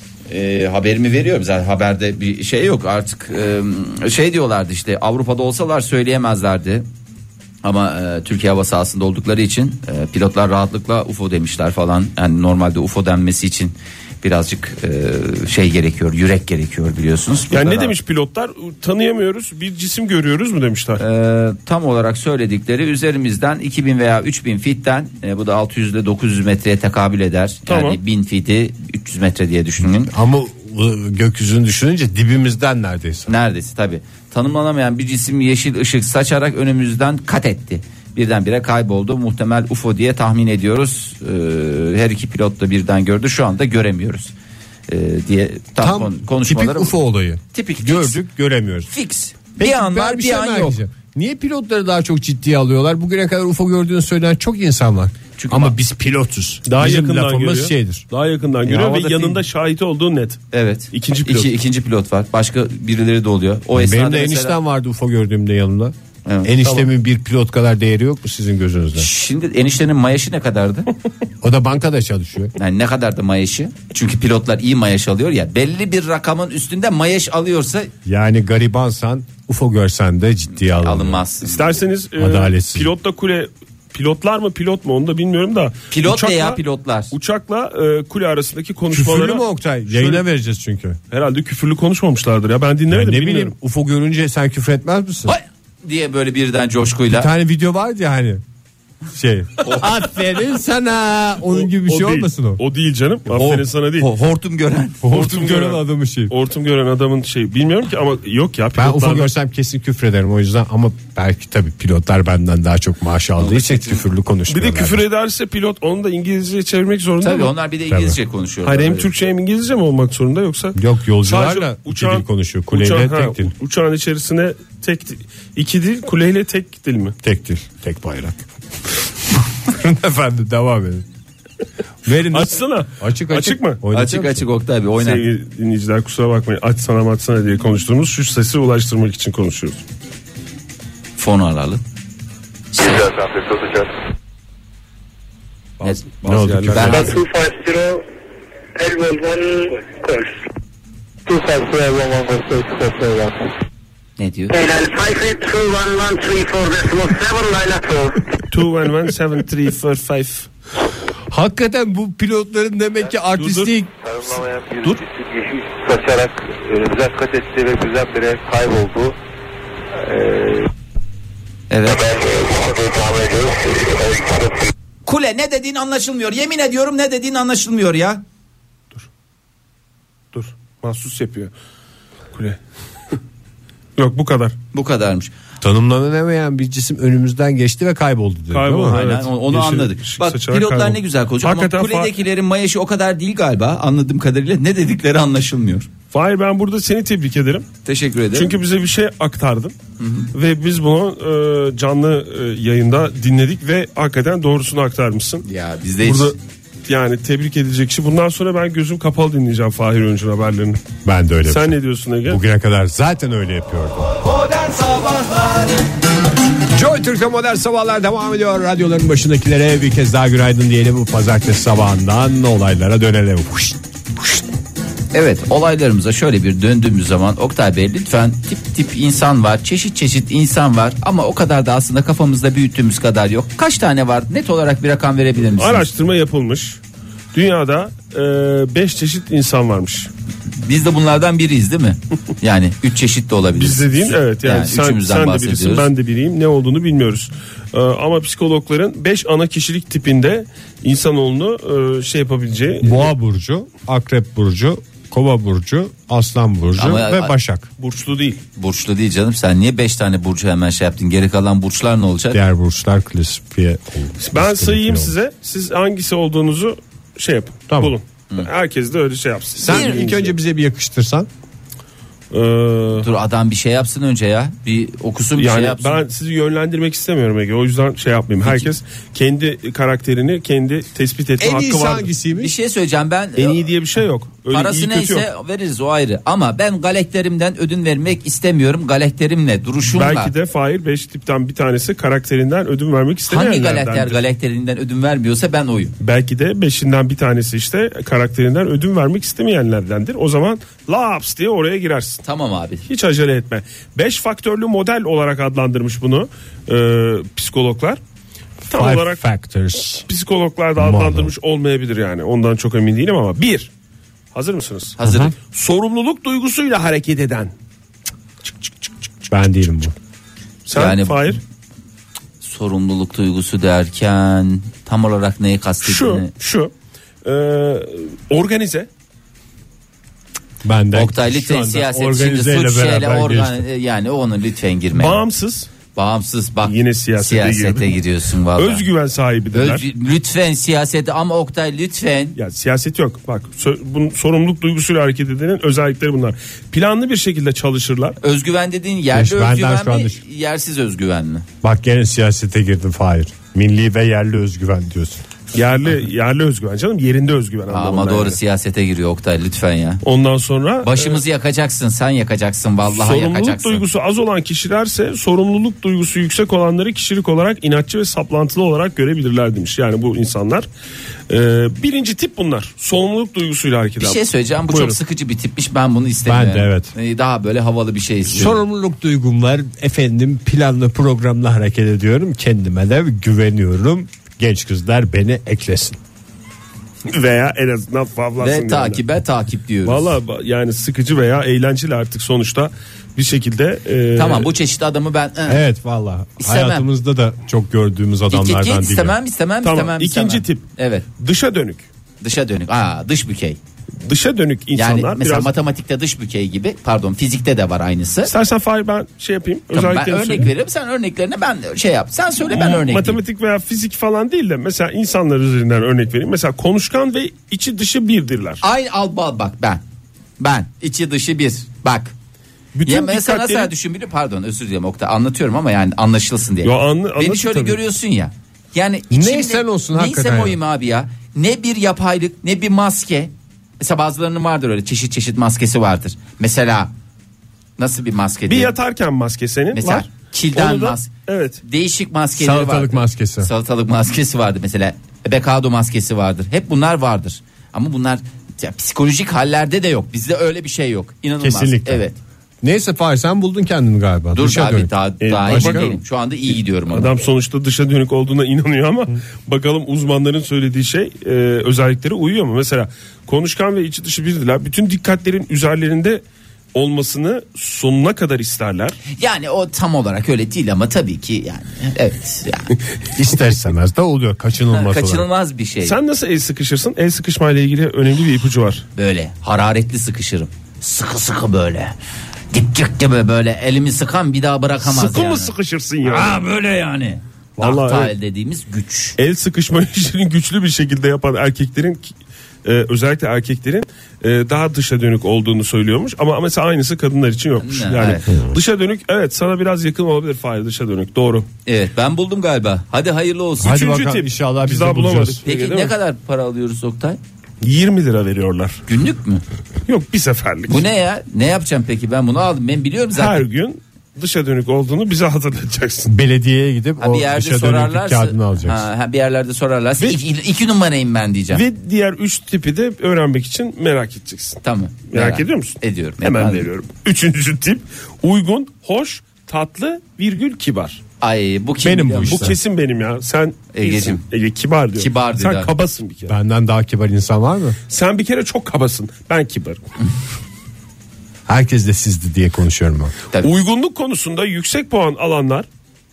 E, haberimi veriyorum zaten, haberde bir şey yok artık. E, şey diyorlardı işte, Avrupa'da olsalar söyleyemezlerdi. Ama e, Türkiye hava sahasında oldukları için e, pilotlar rahatlıkla U F O demişler falan. Yani normalde U F O denmesi için birazcık e, şey gerekiyor, yürek gerekiyor biliyorsunuz. Yani Burada ne demiş pilotlar? Tanıyamıyoruz, bir cisim görüyoruz mu demişler. e, tam olarak söyledikleri, üzerimizden iki bin veya üç bin fitten, e, bu da altı yüz ile dokuz yüz metreye tekabül eder. Tamam. Yani bin fiti üç yüz metre diye düşünün. Ama ıı, gökyüzünü düşününce dibimizden neredeyse. Neredeyse tabii. Tanımlanamayan bir cisim yeşil ışık saçarak önümüzden kat etti. Birdenbire kayboldu. Muhtemel U F O diye tahmin ediyoruz. Ee, her iki pilot da birden gördü. Şu anda göremiyoruz. Ee, diye tam, Tam kon- konuşmaları. tipik U F O olayı. Tipik fix. Gördük, göremiyoruz. Fix. Peki, bir an ben var bir, şey an merak yok. edeceğim. Niye pilotları daha çok ciddiye alıyorlar? Bugüne kadar U F O gördüğünü söyleyen çok insan var. Çünkü Ama bak- biz pilotuz. Daha Bizim yakından lafımız görüyor. şeydir. Daha yakından görüyor havada ve yanında değil. şahit olduğu net. Evet. İkinci pilot. İki, ikinci pilot var. Başka birileri de oluyor. O esnada Benim de mesela- eniştem vardı U F O gördüğümde yanımda. Evet, Eniştemin bir pilot kadar değeri yok mu sizin gözünüzde? Şimdi eniştenin mayaşı ne kadardı? O da bankada çalışıyor. Yani ne kadardı mayaşı? Çünkü pilotlar iyi mayaş alıyor ya. Belli bir rakamın üstünde mayaş alıyorsa Yani garibansan U F O görsen de ciddiye alınmıyor. alınmaz. İsterseniz e, Adaletsiz. pilotla kule, pilotlar mı pilot mu onu da bilmiyorum da. Pilot uçakla, veya pilotlar. Uçakla e, kule arasındaki konuşmaları. Küfürlü mü Oktay? Yayına Şöyle- vereceğiz çünkü. Herhalde küfürlü konuşmamışlardır ya, ben Ya dinlemedim. ne bileyim bilmiyorum. U F O görünce sen küfür etmez misin? Vay diye böyle birden Bir coşkuyla. tane video vardı ya hani. Şey. Aferin sana. Onun gibi bir O şey değil. olmasın o. O değil canım. Aferin O- sana değil. o- hortum gören. Hortum gören adamın şey. Hortum gören adamın şey bilmiyorum ki ama yok ya. Ben pilotlar- Ufo görsem kesin küfrederim o yüzden ama belki tabii pilotlar benden daha çok maaş aldığı için küfürlü Bir konuşmuyorlar. de küfür ederse pilot onu da İngilizceye çevirmek zorunda Tabii mı? onlar bir de İngilizce konuşuyorlar. Hayır hem Böyle. Türkçe hem İngilizce mi olmak zorunda yoksa? Yok yolcularla Sadece iki uçağın- dil konuşuyor. Kuleyle uçağın- tek ha, dil. Uçağın içerisine tek di- iki dil, kuleyle tek dil mi? Tek dil. Tek bayrak. Efendim devam edin. Verin. Açsana. Açık açık. Açık mı? Oynatıyor Açık musun? açık Oktay Bey oynar. Sevgili dinleyiciler kusura bakmayın. Açsana açsana diye konuştuğumuz şu sesi ulaştırmak için konuşuyoruz. Fon aralı. Bazı, Ne bazı oldu? yerlerde- Ben- two five zero Elwell one course. two five zero Elwell one course two five zero one. Ne diyor? Eylül five eight two one one three four decimal seven Layla two. two one one seven three four five. Hakikaten bu pilotların demek ki artistik. Tanımlamayan bir Dur. cisim yeşil saçarak önümüze kat etti ve birdenbire kayboldu. Evet. Kule ne dediğin anlaşılmıyor. Yemin ediyorum ne dediğin anlaşılmıyor ya. Dur. Mahsus yapıyor. Kule. Yok bu kadar. Bu kadarmış. Tanımlanamayan bir cisim önümüzden geçti ve kayboldu dedi. Kayboldu. değil mi? Aynen Evet. onu- onu Yeşil anladık. ışık Bak saçarak pilotlar kayboldu. ne güzel konuşuyor ama Hakikaten fa- kuledekilerin mayaşı o kadar değil galiba. Anladığım kadarıyla ne dedikleri anlaşılmıyor. Fahir ben burada seni tebrik ederim. Teşekkür ederim. Çünkü bize bir şey aktardın. Ve biz bunu e, canlı e, yayında dinledik ve hakikaten doğrusunu aktarmışsın. ya bizde hiç Burada yani tebrik edilecek kişi. Bundan sonra ben gözüm kapalı dinleyeceğim Fahir Öncü'nün haberlerini. Ben de öyle. Sen ne diyorsun Ege? Bugüne kadar zaten öyle yapıyordum. Joy Türk'te modern sabahlar devam ediyor. Radyoların başındakilere bir kez daha günaydın diyelim. Bu pazartesi sabahından olaylara dönelim. Huşt, huşt. Evet, olaylarımıza şöyle bir döndüğümüz zaman Oktay Bey lütfen tip tip insan var, çeşit çeşit insan var ama o kadar da aslında kafamızda büyüttüğümüz kadar yok. Kaç tane var? Net olarak bir rakam verebilir misiniz? Araştırma yapılmış. Dünyada beş çeşit insan varmış. Biz de bunlardan biriyiz değil mi? Yani üç çeşit de olabilir. Biz dediğin evet yani, sen, üçümüzden sen de bahsediyoruz. birisin ben de biriyim, ne olduğunu bilmiyoruz. Ee, ama psikologların beş ana kişilik tipinde insanoğlunu e, şey yapabileceği Boğa burcu, akrep burcu, kova burcu, aslan burcu Ama- ve başak. burçlu değil. Burçlu değil canım, sen niye beş tane burcu hemen şey yaptın? Geri kalan burçlar ne olacak? Diğer burçlar klasifiye. Ben sayayım size, siz hangisi olduğunuzu şey yapın, Tamam. bulun. Herkes de öyle şey yapsın. Sen Bir- ilk önce bize bir yakıştırsan. Ee, Dur adam bir şey yapsın önce ya. Bir okusun bir yani şey yapsın. ben sizi yönlendirmek istemiyorum Ege. O yüzden şey yapmayayım. Herkes kendi karakterini kendi tespit etme En hakkı iyisi var. hangisiymiş? Bir şey söyleyeceğim ben. En iyi diye bir şey yok. Öyle Parası iyi kötü neyse yok. veririz, o ayrı. Ama ben galeklerimden ödün vermek istemiyorum. Galeklerimle, duruşumla. Belki de Fahir beş tipten bir tanesi karakterinden ödün vermek Hangi istemeyenlerdendir. galakter galekterinden ödün vermiyorsa ben oyum. Belki de beşinden bir tanesi işte karakterinden ödün vermek istemeyenlerdendir. O zaman laps diye oraya girersin. Tamam abi. Hiç acele etme. Beş faktörlü model olarak adlandırmış bunu e, psikologlar. Tam Five olarak factors. psikologlar da adlandırmış olmayabilir yani. Ondan çok emin değilim ama bir. Hazır mısınız? Hazırım. Sorumluluk duygusuyla hareket eden. Ben değilim bu. Sen Yani- Fahir? Sorumluluk duygusu derken tam olarak neyi Şu, kastediğini. şu. E, organize. Ben de Oktay şu lütfen anda siyaset şimdi organizeyle suç şeyle beraber organ geçtim. yani onu lütfen girme. Bağımsız. Bağımsız bak. Yine siyasete girdim. giriyorsun vallahi. Özgüven sahibidirler. Öz- lütfen siyasete ama Oktay lütfen. Ya siyaset yok. Bak sö- bunun sorumluluk duygusuyla hareket edenin özellikleri bunlar. Planlı bir şekilde çalışırlar. Özgüven dediğin yerli Beş, benden özgüven şu anda mi, şu- yersiz özgüven mi? Bak gene siyasete girdim Fahir. Milli ve yerli özgüven diyorsun. Yerli yerli özgüven canım, yerinde özgüven Ama anlamında doğru yani. siyasete giriyor Oktay lütfen ya. Ondan sonra Başımızı yakacaksın, sen yakacaksın, vallahi sorumluluk yakacaksın. duygusu az olan kişilerse sorumluluk duygusu yüksek olanları kişilik olarak inatçı ve saplantılı olarak görebilirler demiş. Yani bu insanlar e, birinci tip bunlar. Sorumluluk duygusuyla hareket Bir eden. şey söyleyeceğim, bu Buyurun. çok sıkıcı bir tipmiş, ben bunu istemiyorum. Ben de, evet. Ee, Daha böyle havalı bir şey istiyorum. Sorumluluk duygum var. Efendim planlı programla hareket ediyorum. Kendime de güveniyorum. Genç kızlar beni eklesin. Veya en azından favlasın. Ve yani. takibe takip diyoruz. Valla yani sıkıcı veya eğlenceli artık sonuçta bir şekilde. E, Tamam, bu çeşit adamı ben ı, Evet valla İstemem. hayatımızda da çok gördüğümüz git git adamlardan git değil. istemem istemem Tamam, istemem. ikinci istemem. tip. Evet, Dışa dönük. dışa dönük. Aa, dış bükey. Dışa dönük Yani insanlar mesela biraz. matematikte dış bükey gibi, pardon fizikte de var aynısı. İstersen Fahir ben şey yapayım. Tamam, ben özelliklerini örnek söyleyeyim. veririm, sen örneklerini ben şey yap. Sen söyle, ben örnek vereyim. Matematik veya fizik falan değil de mesela insanlar üzerinden örnek vereyim. Mesela konuşkan ve içi dışı birdirler. Aynı al bal bak ben. Ben içi dışı bir. Bak. Bütün Ya mesela dikkatleri- nasıl düşün biliyor, pardon özür dilerim Oktay, anlatıyorum ama yani anlaşılsın diye. Yo, anla- Beni anlatın şöyle tabii. görüyorsun ya. Yani içimde, Neysen olsun hakikaten Neysem ya. oyum abi ya. Ne bir yapaylık, ne bir maske. Mesela bazılarının vardır öyle çeşit çeşit maskesi vardır. Mesela nasıl bir maske Bir diye. yatarken maske senin Mesela var. kilden Onu da- maske. Evet. Değişik maskeleri vardır. Salatalık maskesi. Salatalık maskesi vardır mesela. Bekado maskesi vardır. Hep bunlar vardır. Ama bunlar ya, psikolojik hallerde de yok. Bizde öyle bir şey yok. İnanılmaz. Kesinlikle. Evet. Neyse Fahir sen buldun kendini galiba. Dur Dışa abi dönük. daha, E, daha başka- emin değilim. Şu anda iyi gidiyorum ama. Adam sonuçta dışa dönük olduğuna inanıyor ama bakalım uzmanların söylediği şey e, özelliklere uyuyor mu? Mesela konuşkan ve içi dışı birdiler. Bütün dikkatlerin üzerlerinde olmasını sonuna kadar isterler. Yani o tam olarak öyle değil ama tabii ki yani evet yani İster istemez de oluyor kaçınılmaz olarak. kaçınılmaz bir şey. Sen nasıl el sıkışırsın? El sıkışma ile ilgili önemli bir ipucu var. Böyle hararetli sıkışırım. Sıkı sıkı böyle. Dik dik gibi böyle elimi sıkan bir daha bırakamaz Sıkı yani. mı sıkışırsın yani? Ha böyle yani. Vallahi Vallahi evet. dediğimiz güç. El sıkışma işini güçlü bir şekilde yapan erkeklerin e, özellikle erkeklerin e, daha dışa dönük olduğunu söylüyormuş ama mesela aynısı kadınlar için yokmuş. Ne, Yani evet. dışa dönük evet sana biraz yakın olabilir Fahir dışa dönük doğru. Evet ben buldum galiba. Hadi hayırlı olsun. Hadi Üçüncü bakalım tip. inşallah Biz biz daha de bulacağız. bulamadık. Peki Değil ne mi? kadar para alıyoruz Oktay? yirmi lira veriyorlar. Günlük mü? Yok bir seferlik. Bu ne ya? Ne yapacağım peki, ben bunu aldım. Ben biliyorum zaten. Her gün dışa dönük olduğunu bize hatırlatacaksın. Belediyeye gidip Ha, o bir yerde dışa dönüklük sorarlarsa, kağıdını alacaksın. ha, ha, bir yerlerde sorarlarsa Ve- iki, iki numarayım ben diyeceğim. Ve diğer üç tipi de öğrenmek için merak edeceksin. Tamam. Merak ediyor musun? Ediyorum. Hemen Hadi. veriyorum. Üçüncü tip uygun, hoş, tatlı, virgül kibar. Ay bu kim Benim biliyor bu musun? Bu kesin benim ya. Sen Egeciğim. iyisin. Ege kibar diyor. Kibar Sen diyor. kabasın bir kere. Benden daha kibar insan var mı? Sen bir kere çok kabasın. Ben kibarım. Herkes de sizdi diye konuşuyorum ben. Tabii. Uygunluk konusunda yüksek puan alanlar.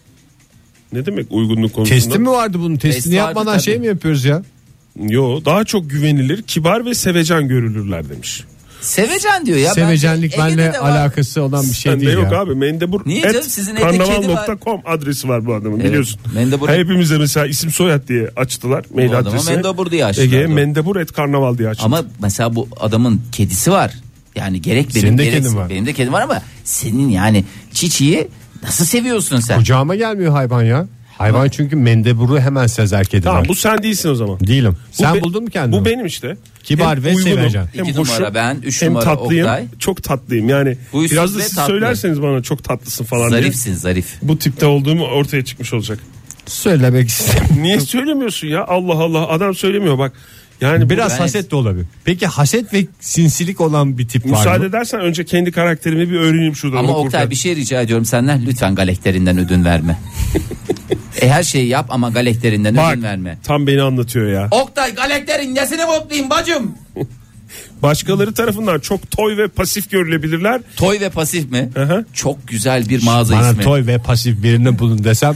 Ne demek uygunluk konusunda? Testi mi vardı bunun? Testini Testi vardı yapmadan tabii. şey mi yapıyoruz ya? Yo, daha çok güvenilir, kibar ve sevecen görülürler demiş. Sevecen diyor ya. Sevecenlik Bence Ege'de benimle de var. alakası olan bir şey Sende değil yok ya. abi. Mendebur Niye et canım? Sizin evde karnaval kedi nokta com adresi var bu adamın Evet, biliyorsun. Mendebur- Hepimize mesela isim soyad diye açtılar mail adama adresini. Mendebur diye açtılar, Ege doğru. Mendebur et karnaval diye açtılar. Ama mesela bu adamın kedisi var. Yani gerek benim Senin de gerek kedin var. benim de kedim var ama senin yani Çiçi'yi nasıl seviyorsun sen? Kucağıma gelmiyor hayvan ya. Hayvan çünkü mendeburu hemen sezer kediler. Tamam bu sen değilsin o zaman. Değilim. Bu Sen be- buldun mu kendini? Bu benim işte. Kibar Hem ve uygunum, sevecen. hem İki hoşum, numara ben, üç hem numara tatlıyım. Oktay. Çok tatlıyım yani. Huysuz Biraz da ve siz tatlı. söylerseniz bana çok tatlısın falan diye. Zarifsin zarif. Bu tipte olduğum ortaya çıkmış olacak. Söylemek istedim. Niye söylemiyorsun ya? Allah Allah adam söylemiyor bak. Yani Biraz bu, haset de olabilir. Peki haset ve sinsilik olan bir tip var müsaade mı? edersen önce kendi karakterimi bir öğreneyim şuradan. Ama okurken. Oktay bir şey rica ediyorum senden, lütfen galekterinden ödün verme. e her şeyi yap ama galekterinden Bak ödün verme. tam beni anlatıyor ya. Oktay galekterin nesini mutlayayım bacım? Başkaları tarafından çok toy ve pasif görülebilirler. Toy ve pasif mi? Hı hı. Çok güzel bir mağaza Bana ismi. toy ve pasif birini bulun desem.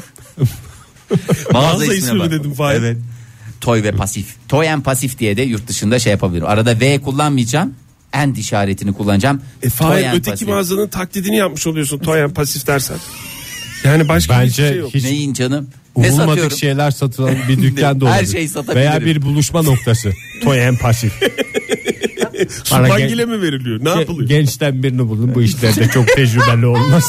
Mağaza ismine ismi mi bak. dedim Fahir? Evet. Toy ve pasif. Toy and pasif diye de yurt dışında şey yapabilirim. Arada V kullanmayacağım. And işaretini kullanacağım. E Fahir Toy and öteki pasif. mağazanın taklidini yapmış oluyorsun toy and pasif dersen. Yani başka Bence hiçbir şey yok. hiç Neyin canım? Ne umulmadık satıyorum? şeyler satılan bir dükkan da Her olabilir. şeyi satabilirim. Veya bir buluşma noktası. Toy en pasif. Bana Supangile gen- mi veriliyor? Ne Ge- yapılıyor? Gençten birini bulun, bu işlerde çok tecrübeli olmaz.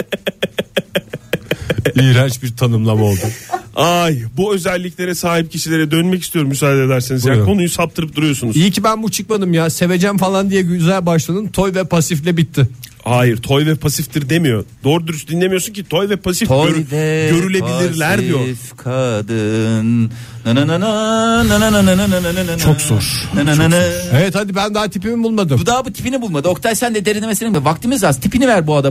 İğrenç bir tanımlama oldu. Ay bu özelliklere sahip kişilere dönmek istiyorum müsaade ederseniz. Yani Buyurun. konuyu saptırıp duruyorsunuz. İyi ki ben bu çıkmadım ya. Sevecen falan diye güzel başladın. Toy ve pasifle bitti. Hayır toy ve pasiftir demiyor. Doğru dürüst dinlemiyorsun ki toy ve pasif Toy görü- ve görülebilirler pasif diyor. kadın. Na na na na, na na na na na na na na. Çok zor. Na na na na. Evet hadi ben daha tipimi bulmadım. Bu daha bu tipini bulmadı. Oktay sen de derinlemesine mi? Vaktimiz az. Tipini ver bu adamın.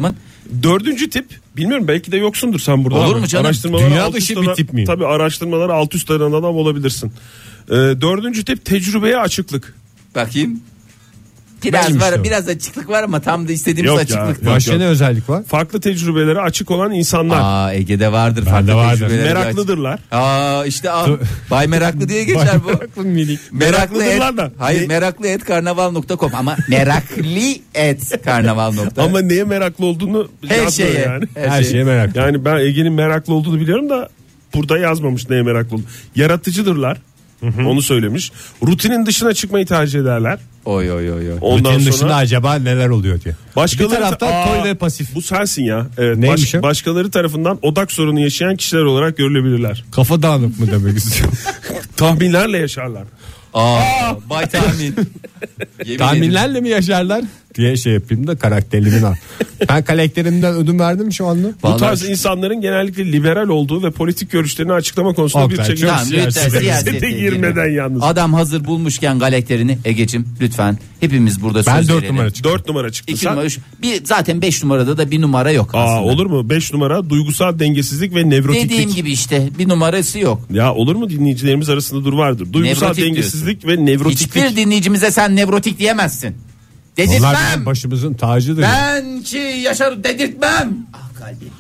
Dördüncü tip, bilmiyorum belki de yoksundur sen burada. Olur ama mu canım? araştırmalara Dünya alt dışı üst bir eden- tip miyim? Tabii araştırmalara alt üst eden adam olabilirsin. Ee, dördüncü tip tecrübeye açıklık. Bakayım. Biraz Neymiş var, o? biraz açıklık var ama tam da istediğimiz Yok ya, açıklık. yok. Başka ne özellik var? Farklı tecrübelere açık olan insanlar. Aa, Ege'de vardır farklı Bende vardır. tecrübeler. Meraklıdırlar. Aa işte al. Bay Meraklı diye geçer bu. Meraklı minik. Meraklı et. Meraklıdırlar da. Hayır Ne- meraklı et karnaval nokta com ama meraklı et karnaval nokta com. Ama neye meraklı olduğunu her yazmıyor şeye. yani. Her, Her şeye. şeye meraklı. Yani ben Ege'nin meraklı olduğunu biliyorum da burada yazmamış neye meraklı olduğunu. Yaratıcıdırlar. Onu söylemiş. Rutinin dışına çıkmayı tercih ederler. Oy oy oy oy. Ondan Rutin sonra dışında acaba neler oluyor diye. başkaları Bir taraftan Aa, toy ve pasif. Bu sensin ya. Evet, Neymiş o? başkaları tarafından odak sorunu yaşayan kişiler olarak görülebilirler. Kafa dağınık mı demek istiyorum? Tahminlerle yaşarlar. Aa, bay tahmin. Yemin ederim. Tahminlerle mi yaşarlar diye şey yapayım da karakterimin al. Ben karakterimden ödün verdim şu anda. Bu Vallahi tarz şu- insanların genellikle liberal olduğu ve politik görüşlerini açıklama konusunda Oktay, bir çekim. çok Tamam, lütfen siyasete siyasete girmeden girme. yalnız. Adam hazır bulmuşken galakterini Egeciğim lütfen hepimiz burada Ben söz dört verelim. numara çıktım. Dört numara çıktı İki sen. numara, üç. Bir, zaten beş numarada da bir numara yok Aa, aslında. olur mu? Beş numara duygusal dengesizlik ve nevrotiklik. Dediğim gibi işte bir numarası yok. Ya olur mu, dinleyicilerimiz arasında dur vardır. Duygusal Nevrotik dengesizlik ve nevrotiklik. Hiçbir dinleyicimize sen nevrotik diyemezsin. Onlar Dedirtmem. bizim başımızın tacıdır. Ben ki Yaşar dedirtmem. Ah kalbim.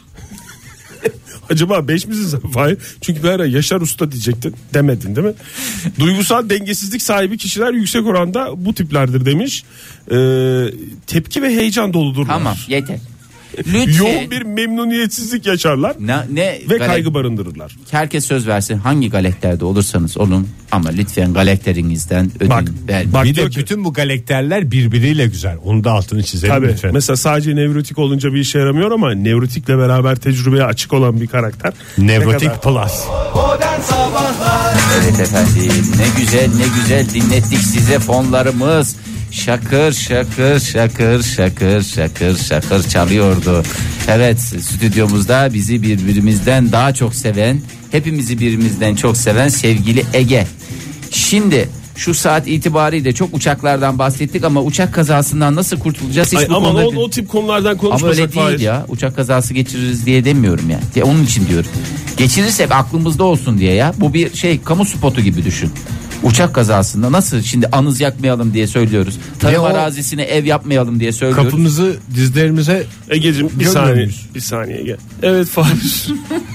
Acaba beş misin sen Fahir? Çünkü bir ara Yaşar Usta diyecektin. Demedin değil mi? Duygusal dengesizlik sahibi kişiler yüksek oranda bu tiplerdir demiş. Ee, tepki ve heyecan doludurlar. Tamam yeter. Lütfen. Yoğun bir memnuniyetsizlik yaşarlar Ne, ne ve galak- kaygı barındırırlar. Herkes söz versin hangi galakterde olursanız olun ama lütfen galakterinizden ödün Bak, ver. bak Bir diyor de ki- bütün bu galakterler birbiriyle güzel. Onu da altını çizelim Tabii. lütfen. Mesela sadece nevrotik olunca bir işe yaramıyor ama nevrotikle beraber tecrübeye açık olan bir karakter. ne Nevrotik kadar- Plus. Evet efendim ne güzel ne güzel dinlettik size fonlarımız. Şakır şakır şakır şakır şakır şakır çalıyordu. Evet stüdyomuzda bizi birbirimizden daha çok seven, hepimizi birbirimizden çok seven sevgili Ege. Şimdi şu saat itibariyle çok uçaklardan bahsettik ama uçak kazasından nasıl kurtulacağız hiç Ay, bu aman konuda... o, o tip konulardan Ama konuşmasak öyle değil Fahir. ya. Uçak kazası geçiririz diye demiyorum yani. Ya onun için diyorum. Geçirirsek aklımızda olsun diye ya. Bu bir şey kamu spotu gibi düşün. Uçak kazasında nasıl şimdi anız yakmayalım diye söylüyoruz. Tarım Ve o- arazisine ev yapmayalım diye söylüyoruz. Kapımızı dizlerimize Ege'cim bir Görmüyor saniye. muyuz? Bir saniye gel. Evet Fahir.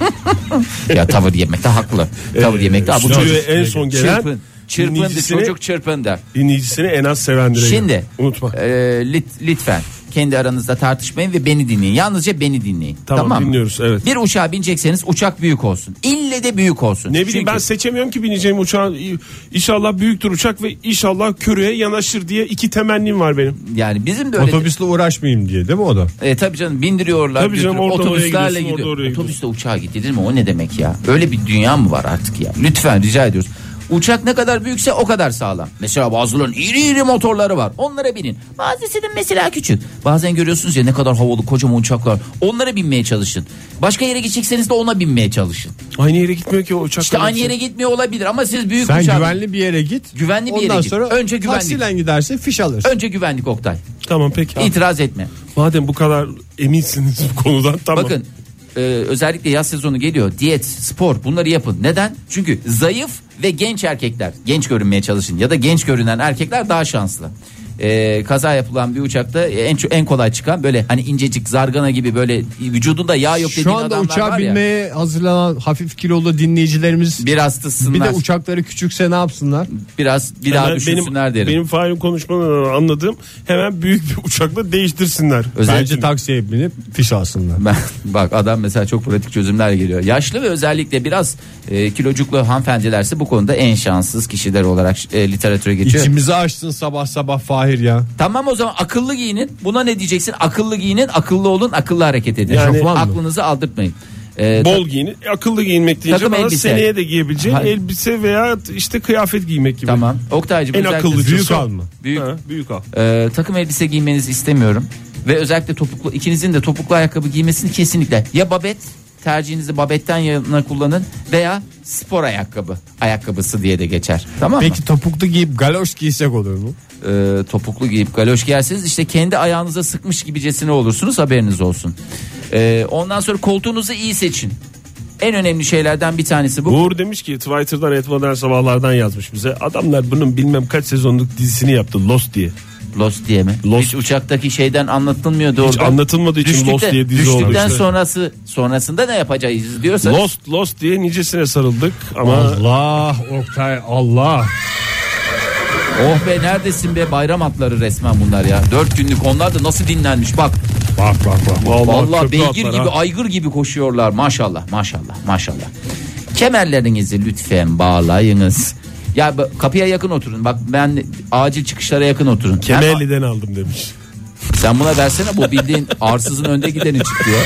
Ya tavır yemekte haklı. Tavır yemekte ha, bu Stüdyoya çocuk en son gelen çırpın. Çırpındı dinleyicisini- çocuk çırpındı. Dinleyicisini en az sevendirelim. Şimdi Unutma. e, lit- lütfen kendi aranızda tartışmayın ve beni dinleyin. Yalnızca beni dinleyin. Tamam, Tamam, mı? dinliyoruz, evet. Bir uçağa binecekseniz uçak büyük olsun. İlle de büyük olsun. Ne bileyim Çünkü- ben seçemiyorum ki bineceğim uçağın. İnşallah büyüktür uçak ve inşallah körüye yanaşır diye iki temennim var benim. Yani bizim de öyle. otobüsle uğraşmayayım diye değil mi o da? E, tabii canım bindiriyorlar. Tabii canım, götürüyor. oradan oraya Otobüslerle gidiyorsun, gidiyor. orada oraya Otobüste uçağa gidilir mi? O ne demek ya? Öyle bir dünya mı var artık ya? Lütfen rica ediyoruz. Uçak ne kadar büyükse o kadar sağlam. Mesela bazılarının iri iri motorları var. Onlara binin. Bazısı da mesela küçük. Bazen görüyorsunuz ya ne kadar havalı kocaman uçaklar. Onlara binmeye çalışın. Başka yere gidecekseniz de ona binmeye çalışın. Aynı yere gitmiyor ki o uçak. İşte aynı yere gitmiyor olabilir ama siz büyük Sen uçağa... güvenli bir yere git. Güvenli bir yere Ondan git. sonra Önce güvenlik. taksiyle gidersin fiş alırsın. Önce güvenlik Oktay. Tamam peki. İtiraz etme. Madem bu kadar eminsiniz bu konudan tamam. Bakın e, özellikle yaz sezonu geliyor. Diyet, spor bunları yapın. Neden? Çünkü zayıf ve genç erkekler, genç görünmeye çalışın ya da genç görünen erkekler daha şanslı. E, kaza yapılan bir uçakta en en kolay çıkan böyle hani incecik zargana gibi böyle vücudunda yağ yok dediğin Şu anda adamlar uçağa var ya. binmeye hazırlanan hafif kilolu dinleyicilerimiz Biraz tızsınlar. bir de uçakları küçükse ne yapsınlar? biraz bir daha Hemen düşünsünler benim, derim. Benim Fahir'in konuşmalarından anladığım hemen büyük bir uçakla değiştirsinler. Özellikle- Bence taksiye binip fiş alsınlar. Ben, bak adam mesela çok pratik çözümler geliyor. Yaşlı ve özellikle biraz e, kilocuklu hanımefendilerse bu konuda en şanssız kişiler olarak e, literatüre geçiyor. İçimizi açtın sabah sabah Fahir ya. Tamam o zaman akıllı giyinin. Buna ne diyeceksin? Akıllı giyinin, akıllı olun, akıllı hareket edin. Yani Yani Eşofman mı? aklınızı aldırtmayın. Ee, Bol giyinin, akıllı giyinmek deyince Takım bana elbise. seneye de giyebileceğin Hayır. elbise veya işte kıyafet giymek gibi. Tamam. Oktaycığım En özellikle- akıllıcısı. Büyük al mı? Büyük. Ha, büyük al. Ee, takım elbise giymenizi istemiyorum. Ve özellikle topuklu, ikinizin de topuklu ayakkabı giymesini kesinlikle. Ya babet tercihinizi babetten yana kullanın veya spor ayakkabı ayakkabısı diye de geçer. Tamam mı? Peki topuklu giyip galoş giysek olur mu? Ee, topuklu giyip galoş giyerseniz işte kendi ayağınıza sıkmış gibicesine olursunuz, haberiniz olsun. Ee, ondan sonra koltuğunuzu iyi seçin. En önemli şeylerden bir tanesi bu. Uğur demiş ki Twitter'dan et modern sabahlardan yazmış bize. Adamlar bunun bilmem kaç sezonluk dizisini yaptı Lost diye. Lost diye mi? Lost. Hiç uçaktaki şeyden anlatılmıyordu Hiç orada. anlatılmadığı için Düştükten, Lost diye dizi oldu düştükten işte. sonrası sonrasında ne yapacağız diyorsanız. Lost Lost diye nicesine sarıldık ama Allah Oktay Allah. Oh be, neredesin be, bayram atları resmen bunlar ya. Dört günlük onlar da nasıl dinlenmiş bak. Bak bak bak. vallahi, Vallahi köprü beygir atlar gibi ha. aygır gibi koşuyorlar maşallah maşallah maşallah. Kemerlerinizi lütfen bağlayınız. Ya b- kapıya yakın oturun. Bak ben acil çıkışlara yakın oturun. Kemerli'den aldım demiş. Sen buna versene, bu bildiğin arsızın önde gideni çıktı ya.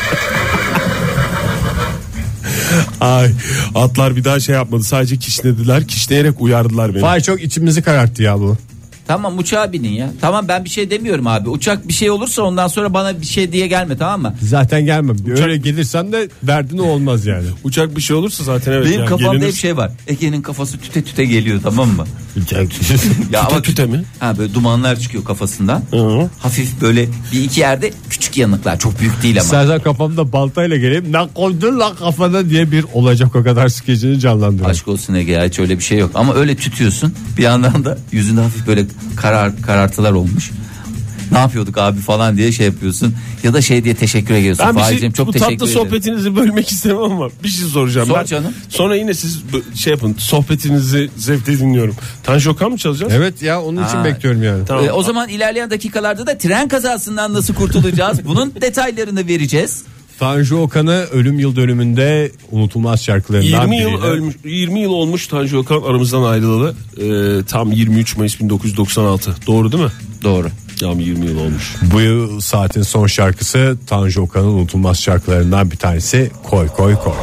Ay atlar bir daha şey yapmadı, sadece kişnediler, kişneyerek uyardılar beni. Fay çok içimizi kararttı ya bu. Tamam uçağa binin ya. Tamam ben bir şey demiyorum abi. Uçak bir şey olursa ondan sonra bana bir şey diye gelme, tamam mı? Zaten gelme. Öyle gelirsen de derdin olmaz yani. Uçak bir şey olursa zaten evet. Benim ya, kafamda geliniz- hep şey var. Ege'nin kafası tüte tüte geliyor, tamam mı? Ya ama tüte mi? Ha, böyle dumanlar çıkıyor kafasından. Hı. Hafif böyle bir iki yerde küçük yanıklar, çok büyük değil ama. İstersen kafamda baltayla geleyim. Ne koydun lan kafana diye bir olacak o kadar skecini canlandırıyor. Aşk olsun Ege ya, hiç öyle bir şey yok. Ama öyle tütüyorsun, bir yandan da yüzünde hafif böyle karar karartılar olmuş. Ne yapıyorduk abi falan diye şey yapıyorsun. Ya da şey diye teşekkür ediyorsun. Ben bir şey, Fahir'cim çok bu teşekkür tatlı ederim. sohbetinizi bölmek istemem ama bir şey soracağım. Sor ben. canım. Sonra yine siz b- şey yapın, sohbetinizi zevkle dinliyorum. Tanju Okan mı çalacağız? Evet ya, onun için Ha. bekliyorum yani. Tamam. Ee, o zaman ilerleyen dakikalarda da tren kazasından nasıl kurtulacağız? Bunun detaylarını vereceğiz. Tanju Okan'ı ölüm yıl dönümünde unutulmaz şarkılarından yirmi yıl biriyle- ölmüş, yirmi yıl olmuş Tanju Okan aramızdan ayrılalı. Ee, tam yirmi üç Mayıs bin dokuz yüz doksan altı. Doğru değil mi? Doğru. Tam yirmi yıl olmuş. Bu yıl saatin son şarkısı Tanju Okan'ın unutulmaz şarkılarından bir tanesi Koy Koy Koy.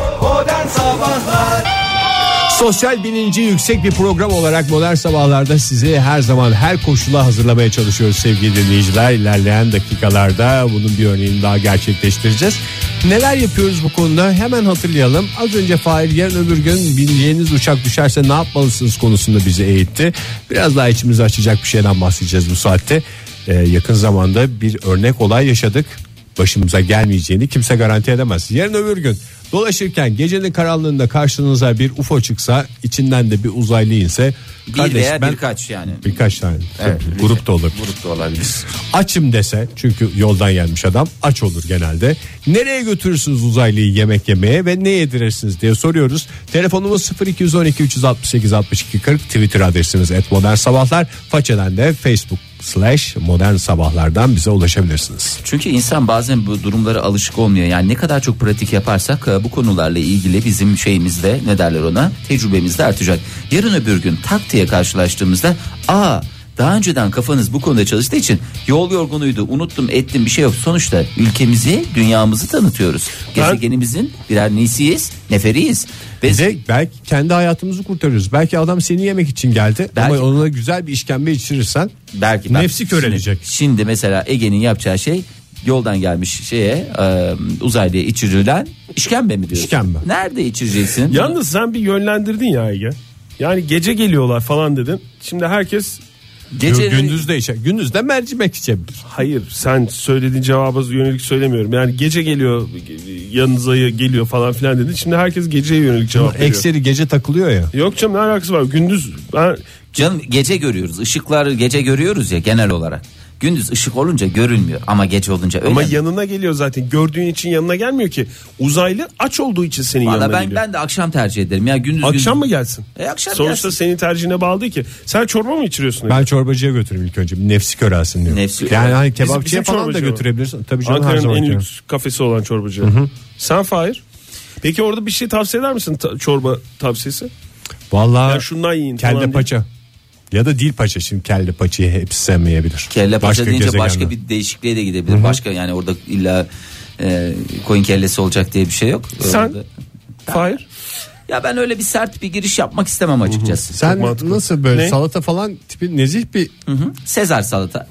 Sosyal bilinci yüksek bir program olarak Modern Sabahlar'da sizi her zaman her koşula hazırlamaya çalışıyoruz sevgili dinleyiciler. İlerleyen dakikalarda bunun bir örneğini daha gerçekleştireceğiz. Neler yapıyoruz bu konuda hemen hatırlayalım. Az önce Fahir yarın öbür gün bineceğiniz uçak düşerse ne yapmalısınız konusunda bizi eğitti. Biraz daha içimizi açacak bir şeyden bahsedeceğiz bu saatte. Ee, yakın zamanda bir örnek olay yaşadık. Başımıza gelmeyeceğini kimse garanti edemez. Yarın öbür gün dolaşırken gecenin karanlığında karşınıza bir U F O çıksa, içinden de bir uzaylı inse, Bir kardeş veya ben birkaç yani. birkaç tane Evet, tabii, grup da olabilir. Grup da olabilir. Açım dese, çünkü yoldan gelmiş adam aç olur genelde. Nereye götürürsünüz uzaylıyı yemek yemeye ve ne yedirirsiniz diye soruyoruz. Telefonumuz sıfır iki on iki üç altı sekiz altmış iki kırk, Twitter adresimiz et modern sabahlar, façeden de Facebook slash modern sabahlardan bize ulaşabilirsiniz. Çünkü insan bazen bu durumlara alışık olmuyor. Yani ne kadar çok pratik yaparsak bu konularla ilgili bizim şeyimizde, ne derler ona, tecrübemizde artacak. Yarın öbür gün tak diye karşılaştığımızda aa, daha önceden kafanız bu konuda çalıştığı için yol yorgunuydu, unuttum ettim, bir şey yok. Sonuçta ülkemizi, dünyamızı tanıtıyoruz. Ben- Gezegenimizin birer nesiyiz, neferiyiz. Ve Bize belki kendi hayatımızı kurtarıyoruz. Belki adam seni yemek için geldi Belki- ama ona güzel bir işkembe içirirsen belki bak, nefsi körelecek. Şimdi, şimdi mesela Ege'nin yapacağı şey, yoldan gelmiş şeye e, uzaylıya içirilen işkembe mi diyorsun? İşkembe. Nerede içireceksin? Yalnız sen bir yönlendirdin ya Ege. Yani gece geliyorlar falan dedin. Şimdi herkes Gece Gündüz de içer. Gündüz de mercimek içebilir. hayır, sen söylediğin cevaba yönelik söylemiyorum. Yani gece geliyor, yanınıza geliyor falan filan dedin. Şimdi herkes geceye yönelik cevap veriyor. Ekseri gece takılıyor ya. Yok canım, ne alakası var? Gündüz ben Canım gece görüyoruz. Işıkları gece görüyoruz ya genel olarak. Gündüz ışık olunca görülmüyor ama gece olunca öyle. ama mi? yanına geliyor zaten. Gördüğün için yanına gelmiyor ki. Uzaylı aç olduğu için senin Valla yanına ben geliyor. ben de akşam tercih ederim. Ya gündüz Akşam gündüz- mı gelsin? E, akşam Sonuçta gelsin. senin tercihine bağlı değil ki. Sen çorba mı içiriyorsun? Ben çorbacıya götüreyim ilk önce. Bir nefsi körelsin diyor. Nefsi yani hani Bizim- kebapçıya bizim falan da çorbacı o. götürebilirsin. Tabii canım, her Ankara'nın zaman. en lüks kafesi olan çorbacı. Sen Fahir? Peki orada bir şey tavsiye eder misin, ta- çorba tavsiyesi? Vallahi Yani şundan yiyin falan kelle diye. paça. Ya da dil paça, şimdi kelle paçayı hepsi sevmeyebilir. Kelle paça Başka deyince gezegenden. başka bir değişikliğe de gidebilir. Başka yani orada illa e, koyun kellesi olacak diye bir şey yok. Sen? Orada- Fahir? Ya ben öyle bir sert bir giriş yapmak istemem açıkçası. Sen mantıklı. nasıl böyle Ne? salata falan tipi nezih bir Hı hı. Sezar salata.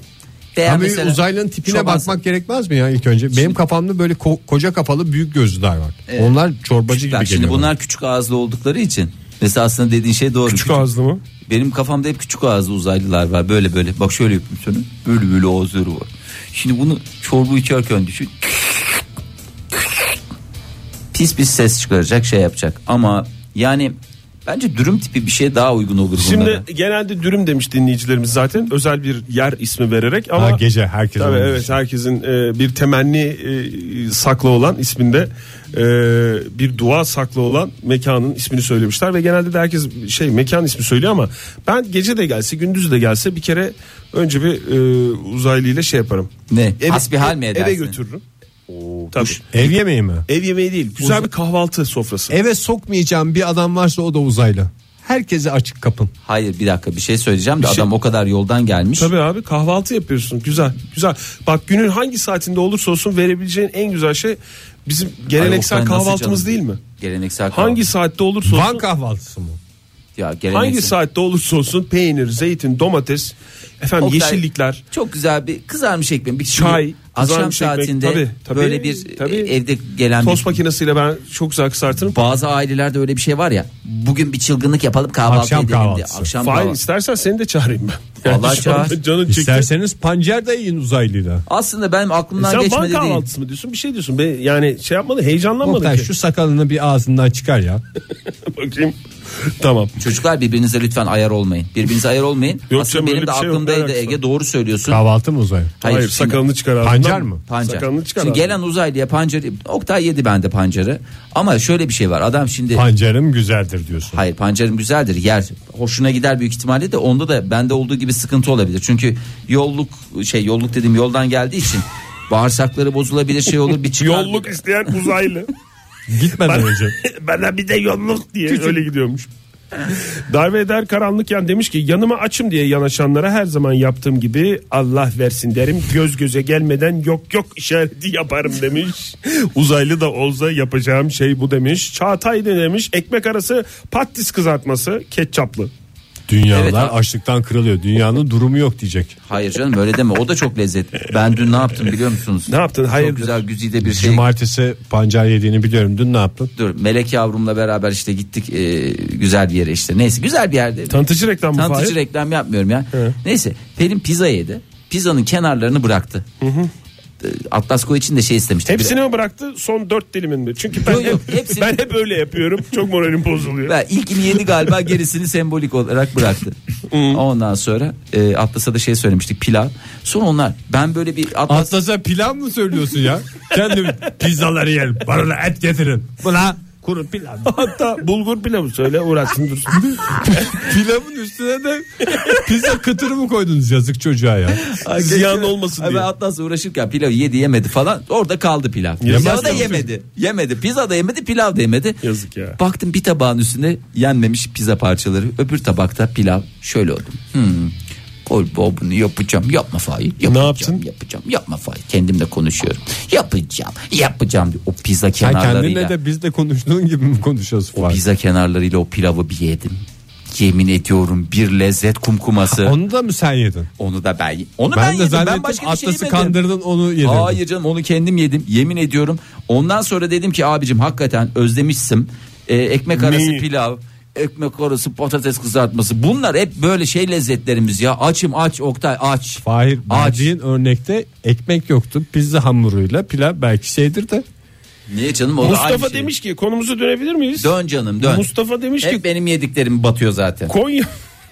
Veya Ama mesela uzaylının tipine çoban- bakmak gerekmez mi ya ilk önce? Benim kafamda böyle ko- koca kafalı büyük gözlüler var. Evet. Onlar çorbacı Küçükler. gibi Şimdi geliyor. bunlar küçük ağızlı oldukları için. Mesela aslında dediğin şey doğru. Küçük ağızlı mı? Benim kafamda hep küçük ağızlı uzaylılar var. Böyle böyle. Bak şöyle yapayım sana. Böyle böyle ağızları var. Şimdi bunu çorba içerken düşün. Pis pis ses çıkaracak, şey yapacak. Ama yani bence dürüm tipi bir şey daha uygun olur Şimdi bunlara. genelde dürüm demiş dinleyicilerimiz zaten özel bir yer ismi vererek ama Ha, gece herkesin tabii olduğu evet şey. herkesin e, bir temenni e, saklı olan isminde e, bir dua saklı olan mekanın ismini söylemişler ve genelde de herkes şey mekan ismi söylüyor ama ben gece de gelse gündüz de gelse bir kere önce bir e, uzaylı ile şey yaparım. Ne? Eve, Hasbihal mi eve edersin? götürürüm. Tabii. Ev yemeği mi? Ev yemeği değil. Güzel bir kahvaltı sofrası. Eve sokmayacağım bir adam varsa o da uzaylı. Herkese açık kapın. Hayır bir dakika bir şey söyleyeceğim de Bir şey- adam o kadar yoldan gelmiş. Tabii abi kahvaltı yapıyorsun güzel güzel. Bak günün hangi saatinde olursa olsun verebileceğin en güzel şey bizim geleneksel Ay, Oktay, nasıl kahvaltımız canım? değil mi? Geleneksel kahvaltı. Hangi saatte olursa olsun Van kahvaltısı mı? Ya geleneksel. hangi saatte olursa olsun peynir, zeytin, domates, efendim Oktay, yeşillikler, Çok güzel bir kızarmış ekmek. Bir Çay, Akşam kızarmış ekmek, saatinde tabii, tabii, böyle bir tabii. evde gelen tost bir... makinesiyle ben çok güzel kızartırım. Bazı ailelerde öyle bir şey var ya. Bugün bir çılgınlık yapalım kahvaltı Akşam edelim diye. kahvaltısı. Akşam Fahir kahvaltısı. istersen seni de çağırayım ben. Vallahi şu anda çağır. Canın çekti. İsterseniz pancar da yiyin uzaylıyla. Aslında benim aklımdan Sen Van geçmedi değil. kahvaltısı mı diyorsun bir şey diyorsun. Ben, yani şey yapmadı heyecanlanmadı Oktay ki. şu sakalını bir ağzından çıkar ya. Bakayım. Tamam. Çocuklar birbirinize lütfen ayar olmayın. Birbirinize ayar olmayın. Yok Aslında canım, benim öyle de bir şey yok. aklımdaydı Ne alakası Ege doğru söylüyorsun. Kahvaltı mı uzaylı? Hayır, şimdi- sakalını çıkar ağzından. Pancar mı? Pancar. Sakalını çıkar Şimdi ağzından. gelen uzaylıya pancarı Oktay yedi bende pancarı. Ama şöyle bir şey var. Adam şimdi Pancarım güzeldir diyorsun. hayır pancarım güzeldir. Yer hoşuna gider büyük ihtimalle de onda da bende olduğu gibi sıkıntı olabilir. Çünkü yolluk şey yolluk dediğim yoldan geldiği için bağırsakları bozulabilir şey olur bir çıkar. Yolluk isteyen uzaylı. Gitmeden önce. Bana bir de yolluk diye öyle gidiyormuş. Darbe eder karanlık yan demiş ki yanıma açım diye yanaşanlara her zaman yaptığım gibi Allah versin derim, göz göze gelmeden yok yok işareti yaparım demiş. Uzaylı da olsa yapacağım şey bu demiş. Çağatay da demiş ekmek arası patates kızartması ketçaplı. Dünyalar Evet, abi. açlıktan kırılıyor. Dünyanın durumu yok diyecek. Hayır canım öyle deme o da çok lezzetli. Ben dün ne yaptım biliyor musunuz? Ne yaptın? Hayırdır? Çok güzel güzide bir şey. Cumartesi pancar yediğini biliyorum. Dün ne yaptın? Dur Melek yavrumla beraber işte gittik e, güzel bir yere işte. Neyse güzel bir yerde. Tanıtıcı reklam mı? Tanıtıcı Fahir? reklam yapmıyorum ya. He. Neyse Pelin pizza yedi. Pizzanın kenarlarını bıraktı. E, Atlas Koy için de şey istemiştik. Hepsini mi bıraktı son dört dilimin mi? Çünkü ben, Yok, yok, hep, hepsini- ben hep öyle yapıyorum. Çok moralim bozuluyor. Ben ilkini yedi galiba gerisini sembolik olarak bıraktı. Ondan sonra e, Atlas'a da şey söylemiştik pilav. Sonra onlar ben böyle bir Atlas Atlas'a pilav mı söylüyorsun ya? Kendim pizzaları yiyelim. Bana da et getirin. Buna kuru pilav. Hatta bulgur pilavı söyle uğraşsın dursun. Pilavın üstüne de pizza kıtırı mı koydunuz yazık çocuğa ya? Ziyan olmasın Ay, diye. ben Atlas'la uğraşırken pilav yedi yemedi falan orada kaldı pilav. Yemez Pilav da tabii. yemedi. Yemedi. Pizza da yemedi pilav da yemedi. Yazık ya. Baktım bir tabağın üstünde yenmemiş pizza parçaları. Öbür tabakta pilav. Şöyle oldum. Hmm. Galiba bunu yapacağım. Yapma Fahir. Yapacağım, Ne yaptın? Yapacağım. Yapma Fahir. Kendimle konuşuyorum. Yapacağım. Yapacağım. diyor. O pizza Sen kenarlarıyla. kendinle de bizle konuştuğun gibi mi konuşuyorsun? O Fahir? pizza kenarlarıyla o pilavı bir yedim. Yemin ediyorum bir lezzet kumkuması. Onu, Onu da mı sen yedin? da ben onu Ben, ben, de yedim. zannettim Ben başka bir şey Atlas'ı yemedim. kandırdın onu yedin. Hayır canım onu kendim yedim. Yemin ediyorum. Ondan sonra dedim ki abicim hakikaten özlemişsim. Ee, ekmek arası Ne? pilav, ekmek arası patates kızartması. Bunlar hep böyle şey lezzetlerimiz ya. Açım aç Oktay aç. Fahir Aç. verdiğin örnekte ekmek yoktu. Pizza hamuruyla pilav belki şeydir de. Niye canım o da aynı Mustafa şey. demiş ki konumuzu dönebilir miyiz? Dön canım dön. Mustafa demiş Hep ki benim yediklerim batıyor zaten. Konya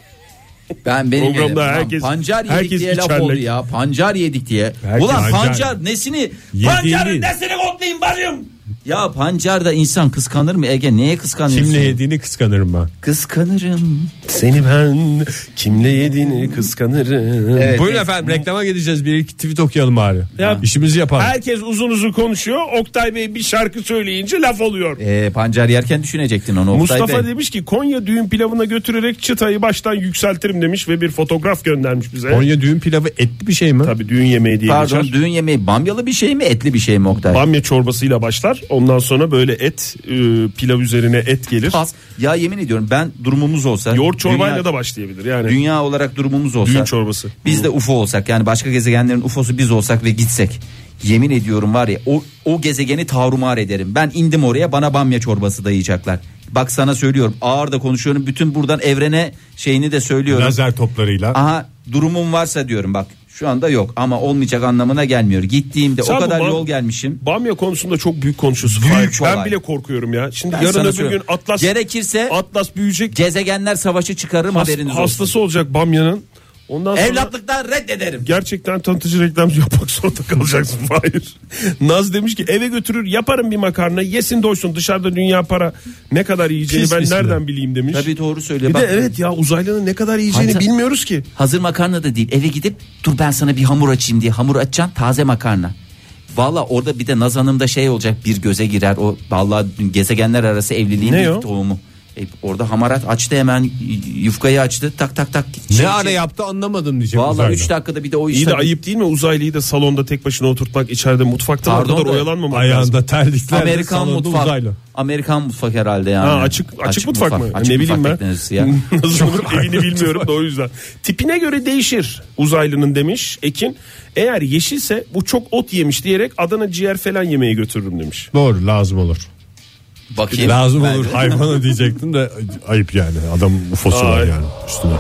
Ben benim Programda yedim. Ulan herkes- pancar yedik herkes diye laf içerlek. oldu ya. Pancar yedik diye. Herkes Ulan pancar. pancar nesini? Yediğini- Pancarın nesini kodlayayım bacım? Ya pancar da insan kıskanır mı Ege? Neye kıskanıyorsun? Kimle yediğini kıskanırım ben. Kıskanırım. seni ben kimle yediğini kıskanırım. Evet, Buyurun evet. efendim reklama gideceğiz. Bir iki tweet okuyalım bari. Ya- İşimizi yapalım. Herkes uzun uzun konuşuyor. Oktay Bey bir şarkı söyleyince laf oluyor. Ee, pancar yerken düşünecektin onu Oktay Mustafa Bey. demiş ki Konya düğün pilavına götürerek çıtayı baştan yükseltirim demiş ve bir fotoğraf göndermiş bize. Konya düğün pilavı etli bir şey mi? Tabii düğün yemeği diye Pardon geçer. düğün yemeği bamyalı bir şey mi etli bir şey mi Oktay? Bamya çorbasıyla başlar. Ondan Ondan sonra böyle et e, pilav üzerine et gelir. Pas. Ya yemin ediyorum ben durumumuz olsa. Yoğurt çorbayla dünya, da başlayabilir yani. Dünya olarak durumumuz olsa. Düğün çorbası. Biz de U F O olsak yani başka gezegenlerin U F O'su biz olsak ve gitsek. Yemin ediyorum var ya o, o gezegeni tarumar ederim. Ben indim oraya bana bamya çorbası dayayacaklar. Bak sana söylüyorum ağır da konuşuyorum. Bütün buradan evrene şeyini de söylüyorum. Lazer toplarıyla. Aha durumum varsa diyorum bak. Şu anda yok ama olmayacak anlamına gelmiyor. Gittiğimde Sen o kadar bam- yol gelmişim. Bamya konusunda çok büyük konuşuyorsun. Büyük Hayır, ben olay. bile korkuyorum ya. Şimdi Ben yarın sana öbür söylüyorum. gün Atlas Gerekirse Atlas büyüyecek. gezegenler savaşı çıkarırım Has- haberiniz olsun. hastası olacak bamyanın. Ondan sonra Evlatlıktan reddederim. gerçekten tanıtıcı reklam yapmak zorunda kalacaksın. Hayır. Naz demiş ki eve götürür yaparım bir makarna yesin doysun dışarıda dünya para ne kadar yiyeceğini Pis ben pis nereden mi? bileyim demiş. Tabii doğru söylüyor. Bir Bak, de evet ya uzaylının ne kadar yiyeceğini Hatta- bilmiyoruz ki. hazır makarna da değil eve gidip dur ben sana bir hamur açayım diye hamur açacaksın taze makarna. Valla orada bir de Naz Hanım'da şey olacak bir göze girer o vallahi gezegenler arası evliliğin Ne ilk o? tohumu. E, orada hamarat açtı hemen yufkayı açtı tak tak tak. Ne Şey- ara şey- yaptı anlamadım diyecek Vallahi uzaylı. üç dakikada bir de o İyi işte. de ayıp değil mi uzaylıyı da salonda tek başına oturtmak içeride mutfakta o Pardon kadar da- oyalanmamak lazım. Ayağında terliklerle Amerikan salonda mutfak. uzaylı. Amerikan mutfak herhalde yani. Ha, açık açık, mutfak, mı? Açık ne bileyim mutfak ben. teknolojisi ya. Nasıl olur evini bilmiyorum da o yüzden. Tipine göre değişir uzaylının demiş Ekin. Eğer yeşilse bu çok ot yemiş diyerek Adana ciğer falan yemeği götürürüm demiş. Doğru lazım olur. Bakayım. Lazım Ben- olur hayvana diyecektim de ayıp yani. Adam ufosu var Ay. yani üstüne.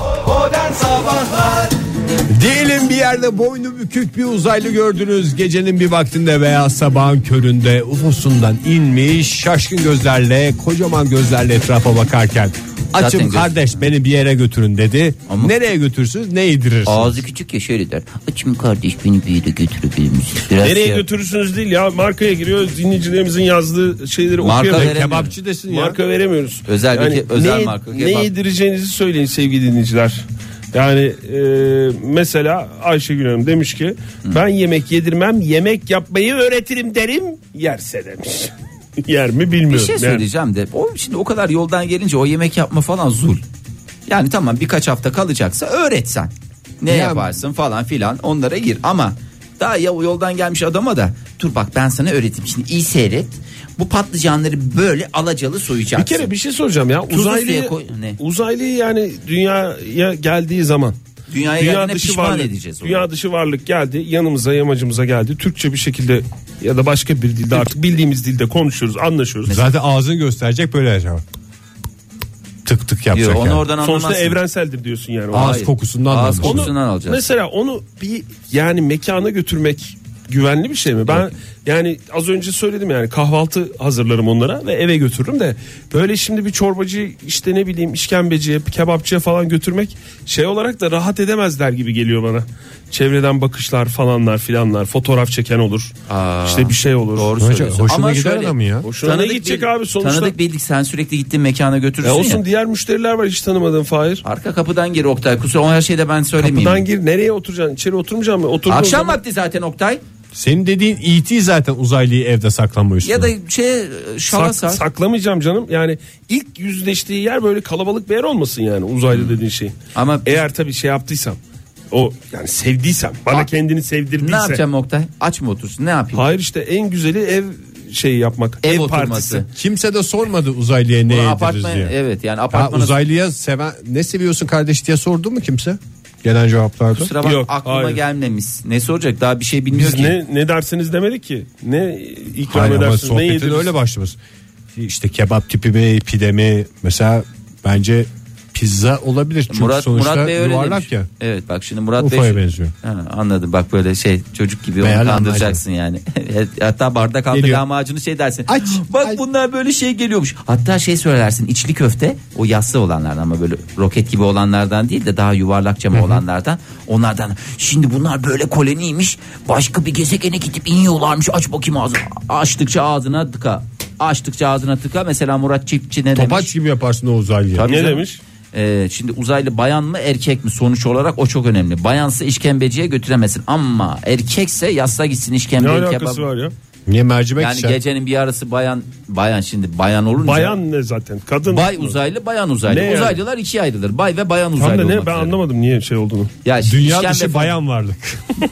Diyelim bir yerde boynu bükük bir uzaylı gördünüz. Gecenin bir vaktinde veya sabahın köründe ufosundan inmiş şaşkın gözlerle kocaman gözlerle etrafa bakarken açım göz- kardeş beni bir yere götürün dedi. Ama- Nereye götürürsünüz ne yedirirsiniz? Ağzı küçük ya şöyle der. Açım kardeş beni bir yere götürebilir misin? Biraz Nereye şey- götürürsünüz değil ya markaya giriyor dinleyicilerimizin yazdığı şeyleri Marka okuyalım. veremiyorum. Kebapçı desin ya. Marka veremiyoruz. Özel bir ke- özel ne, marka Ne kebap. yedireceğinizi söyleyin sevgili dinleyiciler. Yani e, mesela Ayşegül Hanım demiş ki ben yemek yedirmem yemek yapmayı öğretirim derim yerse demiş. Yer mi bilmiyorum. Bir şey Yani söyleyeceğim de o şimdi o kadar yoldan gelince o yemek yapma falan zul. Yani tamam birkaç hafta kalacaksa öğretsen. Ne Ya- yaparsın falan filan onlara gir ama daha ya o yoldan gelmiş adama da dur bak ben sana öğreteyim şimdi iyi seyret. Bu patlıcanları böyle alacalı soyacaksın. bir kere bir şey soracağım ya. Tuzlu Uzaylıyı, suya koy- ne? uzaylıyı yani dünyaya geldiği zaman Dünyaya geldiğinde pişman varlık, edeceğiz onu. dünya dışı varlık geldi yanımıza yamacımıza geldi. Türkçe bir şekilde ya da başka bir dilde artık bildiğimiz dilde konuşuyoruz anlaşıyoruz. Zaten ağzını gösterecek böyle yaşamak. Tık tık yapacak Diyor, onu yani. oradan Sonuçta anlamazsın. evrenseldir diyorsun yani. Ağız Hayır. kokusundan da Ağız anlaşılır. kokusundan alacağız. Mesela onu bir yani mekana götürmek güvenli bir şey mi? Ben yani az önce söyledim yani kahvaltı hazırlarım onlara ve eve götürürüm de böyle şimdi bir çorbacı işte ne bileyim işkembeciye, kebapçıya falan götürmek şey olarak da rahat edemezler gibi geliyor bana. Çevreden bakışlar falanlar filanlar fotoğraf çeken olur. Aa, işte bir şey olur. Doğru Hoca, söylüyorsun. hoşuna Ama gider şöyle, adamın ya. Hoşuna ne gidecek bil- abi sonuçta? Tanıdık bildik sen sürekli gittiğin mekana götürürsün E olsun ya. diğer müşteriler var hiç tanımadığın Fahir. Arka kapıdan gir Oktay kusura o her şeyde ben söylemeyeyim. Kapıdan gir nereye oturacaksın? İçeri oturmayacaksın mı? Oturduğun Akşam zaman- vakti zaten Oktay. Senin dediğin E T zaten uzaylıyı evde saklanma üstüne. Ya da şey şala Sak- sar. saklamayacağım canım. Yani ilk yüzleştiği yer böyle kalabalık bir yer olmasın yani uzaylı dediğin şey. Ama Eğer tabii şey yaptıysam o yani sevdiysem bana Aa, kendini sevdirdiyse. ne yapacağım Oktay? Aç mı otursun ne yapayım? Hayır işte en güzeli ev şeyi yapmak. Ev Ev, oturması. partisi. Kimse de sormadı uzaylıya ne Bunu yediririz apartman, diye. evet yani Ha, apartmana uzaylıya seven ne seviyorsun kardeş diye sordu mu kimse? Gelen cevaplarda. kusura bak Yok, aklıma hayır. gelmemiş. Ne soracak daha bir şey bilmiyor Biz ki. ne ne dersiniz demedik ki. Ne ikram Hayır ama edersiniz ne sohbetin yediririz. öyle başlaması. İşte kebap tipi mi pide mi mesela bence pizza olabilir. Çünkü Murat sonuçta Murat Bey öyle yuvarlak demiş. ya. Evet bak şimdi Murat Ufaya Bey. benziyor. Ha, anladım bak böyle şey çocuk gibi Veya onu kandıracaksın yani. Hatta bardak altı Geliyor. lahmacunu şey dersin. Aç, Bak aç. bunlar böyle şey geliyormuş. Hatta şey söylersin içli köfte o yassı olanlardan ama böyle roket gibi olanlardan değil de daha yuvarlakça mı olanlardan. Onlardan şimdi bunlar böyle koloniymiş. Başka bir gezegene gidip iniyorlarmış. Aç bakayım ağzını. Açtıkça ağzına tıka. Açtıkça ağzına tıka. Mesela Murat Çiftçi ne Topaç demiş? gibi yaparsın o uzaylıya. Tabii Ne canım. demiş? Ee, şimdi uzaylı bayan mı erkek mi sonuç olarak o çok önemli. Bayansa işkembeciye götüremezsin ama erkekse yasla gitsin Ne işkembeyi alakası kebap. var ya? Niye mercimek Yani içer? gecenin bir arası bayan bayan şimdi bayan olunca Bayan ne zaten? Kadın. bay uzaylı bayan uzaylı. Ne yani? Uzaylılar ikiye ayrılır. Bay ve bayan Tam uzaylı da ne olmak ben üzere. anlamadım niye şey olduğunu. Ya Dünya işkembe dışı falan- bayan varlık.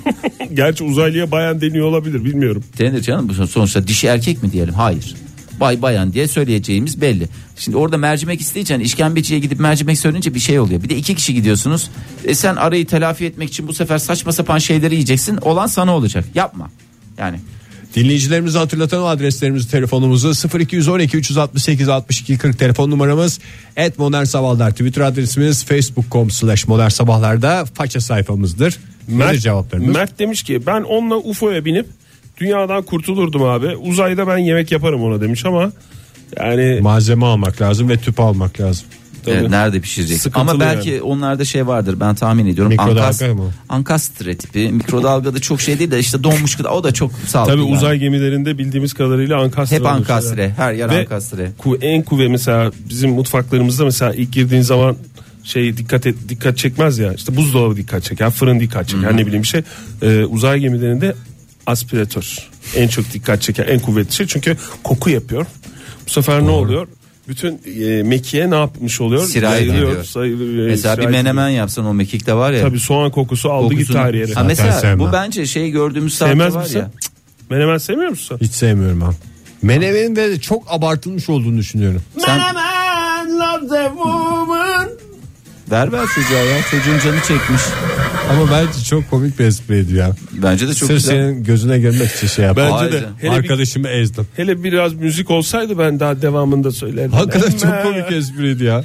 Gerçi uzaylıya bayan deniyor olabilir, bilmiyorum. Denir canım, bu sonuçta dişi erkek mi diyelim? Hayır. Bay bayan diye söyleyeceğimiz belli. Şimdi orada mercimek isteyeceksin, işkembeciye gidip mercimek söyleyince bir şey oluyor. Bir de iki kişi gidiyorsunuz. E sen arayı telafi etmek için bu sefer saçma sapan şeyleri yiyeceksin. Olan sana olacak. Yapma. Yani dinleyicilerimize hatırlatalım adreslerimizi, telefonumuzu sıfır iki on iki üç altı sekiz altmış iki kırk telefon numaramız, et modern sabahlar Twitter adresimiz, facebook nokta com slash modern sabahlarda faça sayfamızdır. Mert, cevaplarımız. Mert demiş ki ben onunla U F O'ya binip dünyadan kurtulurdum abi. Uzayda ben yemek yaparım ona demiş ama yani malzeme almak lazım ve tüp almak lazım. Evet, nerede pişirecek? Sıkıntılı ama belki yani. onlarda şey vardır, ben tahmin ediyorum. Mikrodalga Ankas, mı? Ankastre tipi. Mikrodalgada çok şey değil de işte donmuş gıda, o da çok sağlıklı. Tabii yani. uzay gemilerinde bildiğimiz kadarıyla ankastre. Hep ankastre, yani. her yer Ve ankastre. Ku, en kuvve mesela bizim mutfaklarımızda mesela ilk girdiğin zaman şey dikkat et, dikkat çekmez ya. İşte buzdolabı dikkat çeker, fırın dikkat çeker, hmm. ne bileyim bir şey. Ee, uzay gemilerinde aspiratör en çok dikkat çeker, en kuvvetli şey, çünkü koku yapıyor. Bu sefer Doğru. ne oluyor? Bütün e, mekiğe ne yapmış oluyor? Sirayet ediyor. Sayılıyor, mesela sirayet bir menemen ediyor. yapsan o mekikte var ya. Tabii soğan kokusu aldı Kokusunu, gitti her yere. Ha mesela sevmem. bu bence şey gördüğümüz saatte Sevmez var misin? ya. Menemen sevmiyor musun? Hiç sevmiyorum ben. Menemenin de çok abartılmış olduğunu düşünüyorum. Sen... Menemen love the woman. Ver ver çocuğa ya, çocuğun canı çekmiş. Ama bence çok komik bir espriydi ya. Bence de çok Sırf güzel. senin gözüne görmek için şey yaptım. Bence de. Hele Arkadaşımı bir, ezdim. Hele biraz müzik olsaydı ben daha devamında söylerdim. Hakikaten çok komik espriydi ya.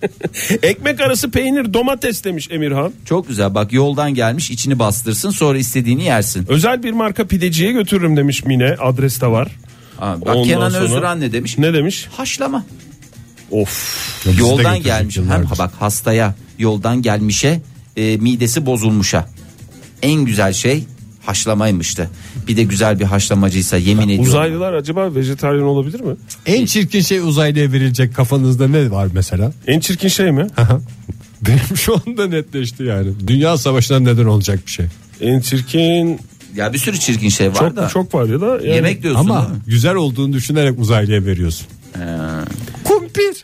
Ekmek arası peynir domates demiş Emirhan. Çok güzel, bak yoldan gelmiş, içini bastırsın, sonra istediğini yersin. Özel bir marka pideciye götürürüm demiş Mine, adres de var. Aa, bak Ondan Kenan sonra... Özduran ne demiş? Ne demiş? Haşlama. Of. Ya yoldan gelmiş hem bak hastaya, yoldan gelmişe, e, midesi bozulmuşa en güzel şey haşlamaymıştı. Bir de güzel bir haşlamacıysa yemin ediyorum. Uzaylılar acaba vejetaryen olabilir mi? En çirkin şey uzaylıya verilecek kafanızda ne var mesela? En çirkin şey mi? Benim şu anda netleşti yani. Dünya savaşından neden olacak bir şey. En çirkin... Ya bir sürü çirkin şey var çok, da. Çok var ya da. Yani... Yemek diyorsun ama değil mi? Güzel olduğunu düşünerek uzaylıya veriyorsun. Ee... Kumpir.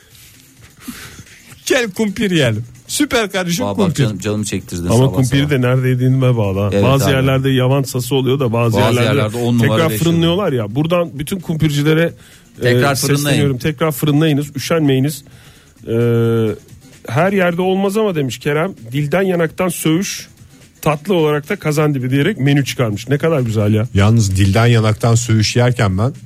Gel kumpir yiyelim. Süper karışım Aa, kumpir. bak canım, canımı çektirdin. Ama sabah kumpiri sabah. de nerede yediğime bağlı. Evet, bazı abi. yerlerde yavan sası oluyor da bazı, Bazı yerlerde, yerlerde on numara tekrar beş fırınlıyorlar ya. Buradan bütün kumpircilere Tekrar e, fırınlayın. sesleniyorum. Tekrar fırınlayınız, üşenmeyiniz. E, her yerde olmaz ama demiş Kerem, dilden yanaktan söğüş, tatlı olarak da kazandibi diyerek menü çıkarmış. Ne kadar güzel ya. Yalnız dilden yanaktan söğüş yerken ben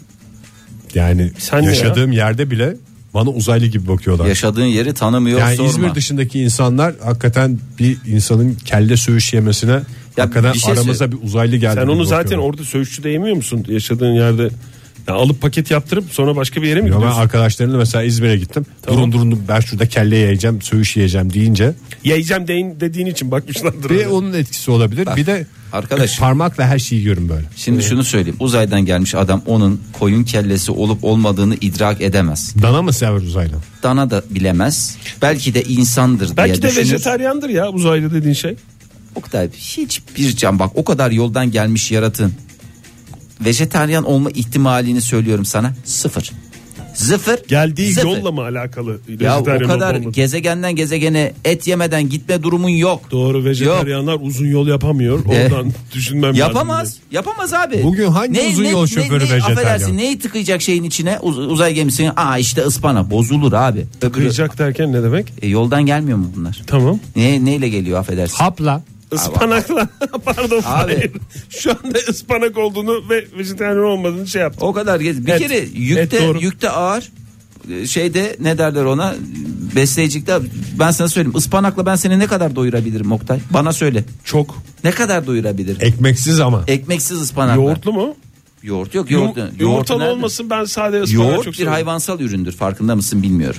yani Sen yaşadığım yerde bile bana uzaylı gibi bakıyorlar. Yaşadığın yeri tanımıyor, yani sorma. İzmir dışındaki insanlar hakikaten bir insanın kelle söğüş yemesine Ya hakikaten bir şey aramıza söyle- bir uzaylı geldi. Sen gibi onu zaten bakıyorlar. orada söğüşçüde yemiyor musun? Yaşadığın yerde. Ya alıp paket yaptırıp sonra başka bir yere mi Yo, ben gidiyorsun? arkadaşlarımla mesela İzmir'e gittim. Tamam. Durun durun ben şurada kelle yiyeceğim, söğüş yiyeceğim deyince. Yiyeceğim deyin, dediğin için bakmışlardır. Bir öyle. onun etkisi olabilir. Bak, bir de arkadaş. parmakla her şeyi yiyorum böyle. Şimdi şunu söyleyeyim. Uzaydan gelmiş adam onun koyun kellesi olup olmadığını idrak edemez. Dana mı sever uzaylı? Dana da bilemez. Belki de insandır Belki diye de düşünür. vejetaryandır ya uzaylı dediğin şey. O kadar hiçbir can, bak o kadar yoldan gelmiş yaratın. Vejetaryen olma ihtimalini söylüyorum sana. Sıfır. Sıfır. Geldiği Sıfır. yolla mı alakalı? Ya o vejetaryen kadar olup olmadığı? gezegenden gezegene et yemeden gitme durumun yok. Doğru, vejetaryenler uzun yol yapamıyor. Oradan düşünmem lazım. Yapamaz. Yapamaz abi. Bugün hangi uzun yol şoförü vejetaryen? Affedersin, neyi tıkayacak şeyin içine? Uz- uzay gemisinin. Aa işte ıspana. Bozulur abi. Tıkayacak derken ne demek? E, yoldan gelmiyor mu bunlar? Tamam. Ne neyle geliyor affedersin? Hapla. Ispanakla. Pardon. Abi. Hayır. Şu anda ıspanak olduğunu ve vejetaryen olmadığını şey yaptım. O kadar gez. Bir Et, kere et yükte doğru. yükte ağır. Şeyde ne derler ona, besleyicilikte, ben sana söyleyeyim, ıspanakla ben seni ne kadar doyurabilirim Oktay? Bana söyle. Çok. Ne kadar doyurabilirim? Ekmeksiz ama. Ekmeksiz ıspanakla. Yoğurtlu mu? Yoğurt yok. Yoğurt, Yum, yoğurtu yumurtalı nerede? olmasın, ben sade ıspanağı Yoğurt çok bir seviyorum. hayvansal üründür, farkında mısın bilmiyorum.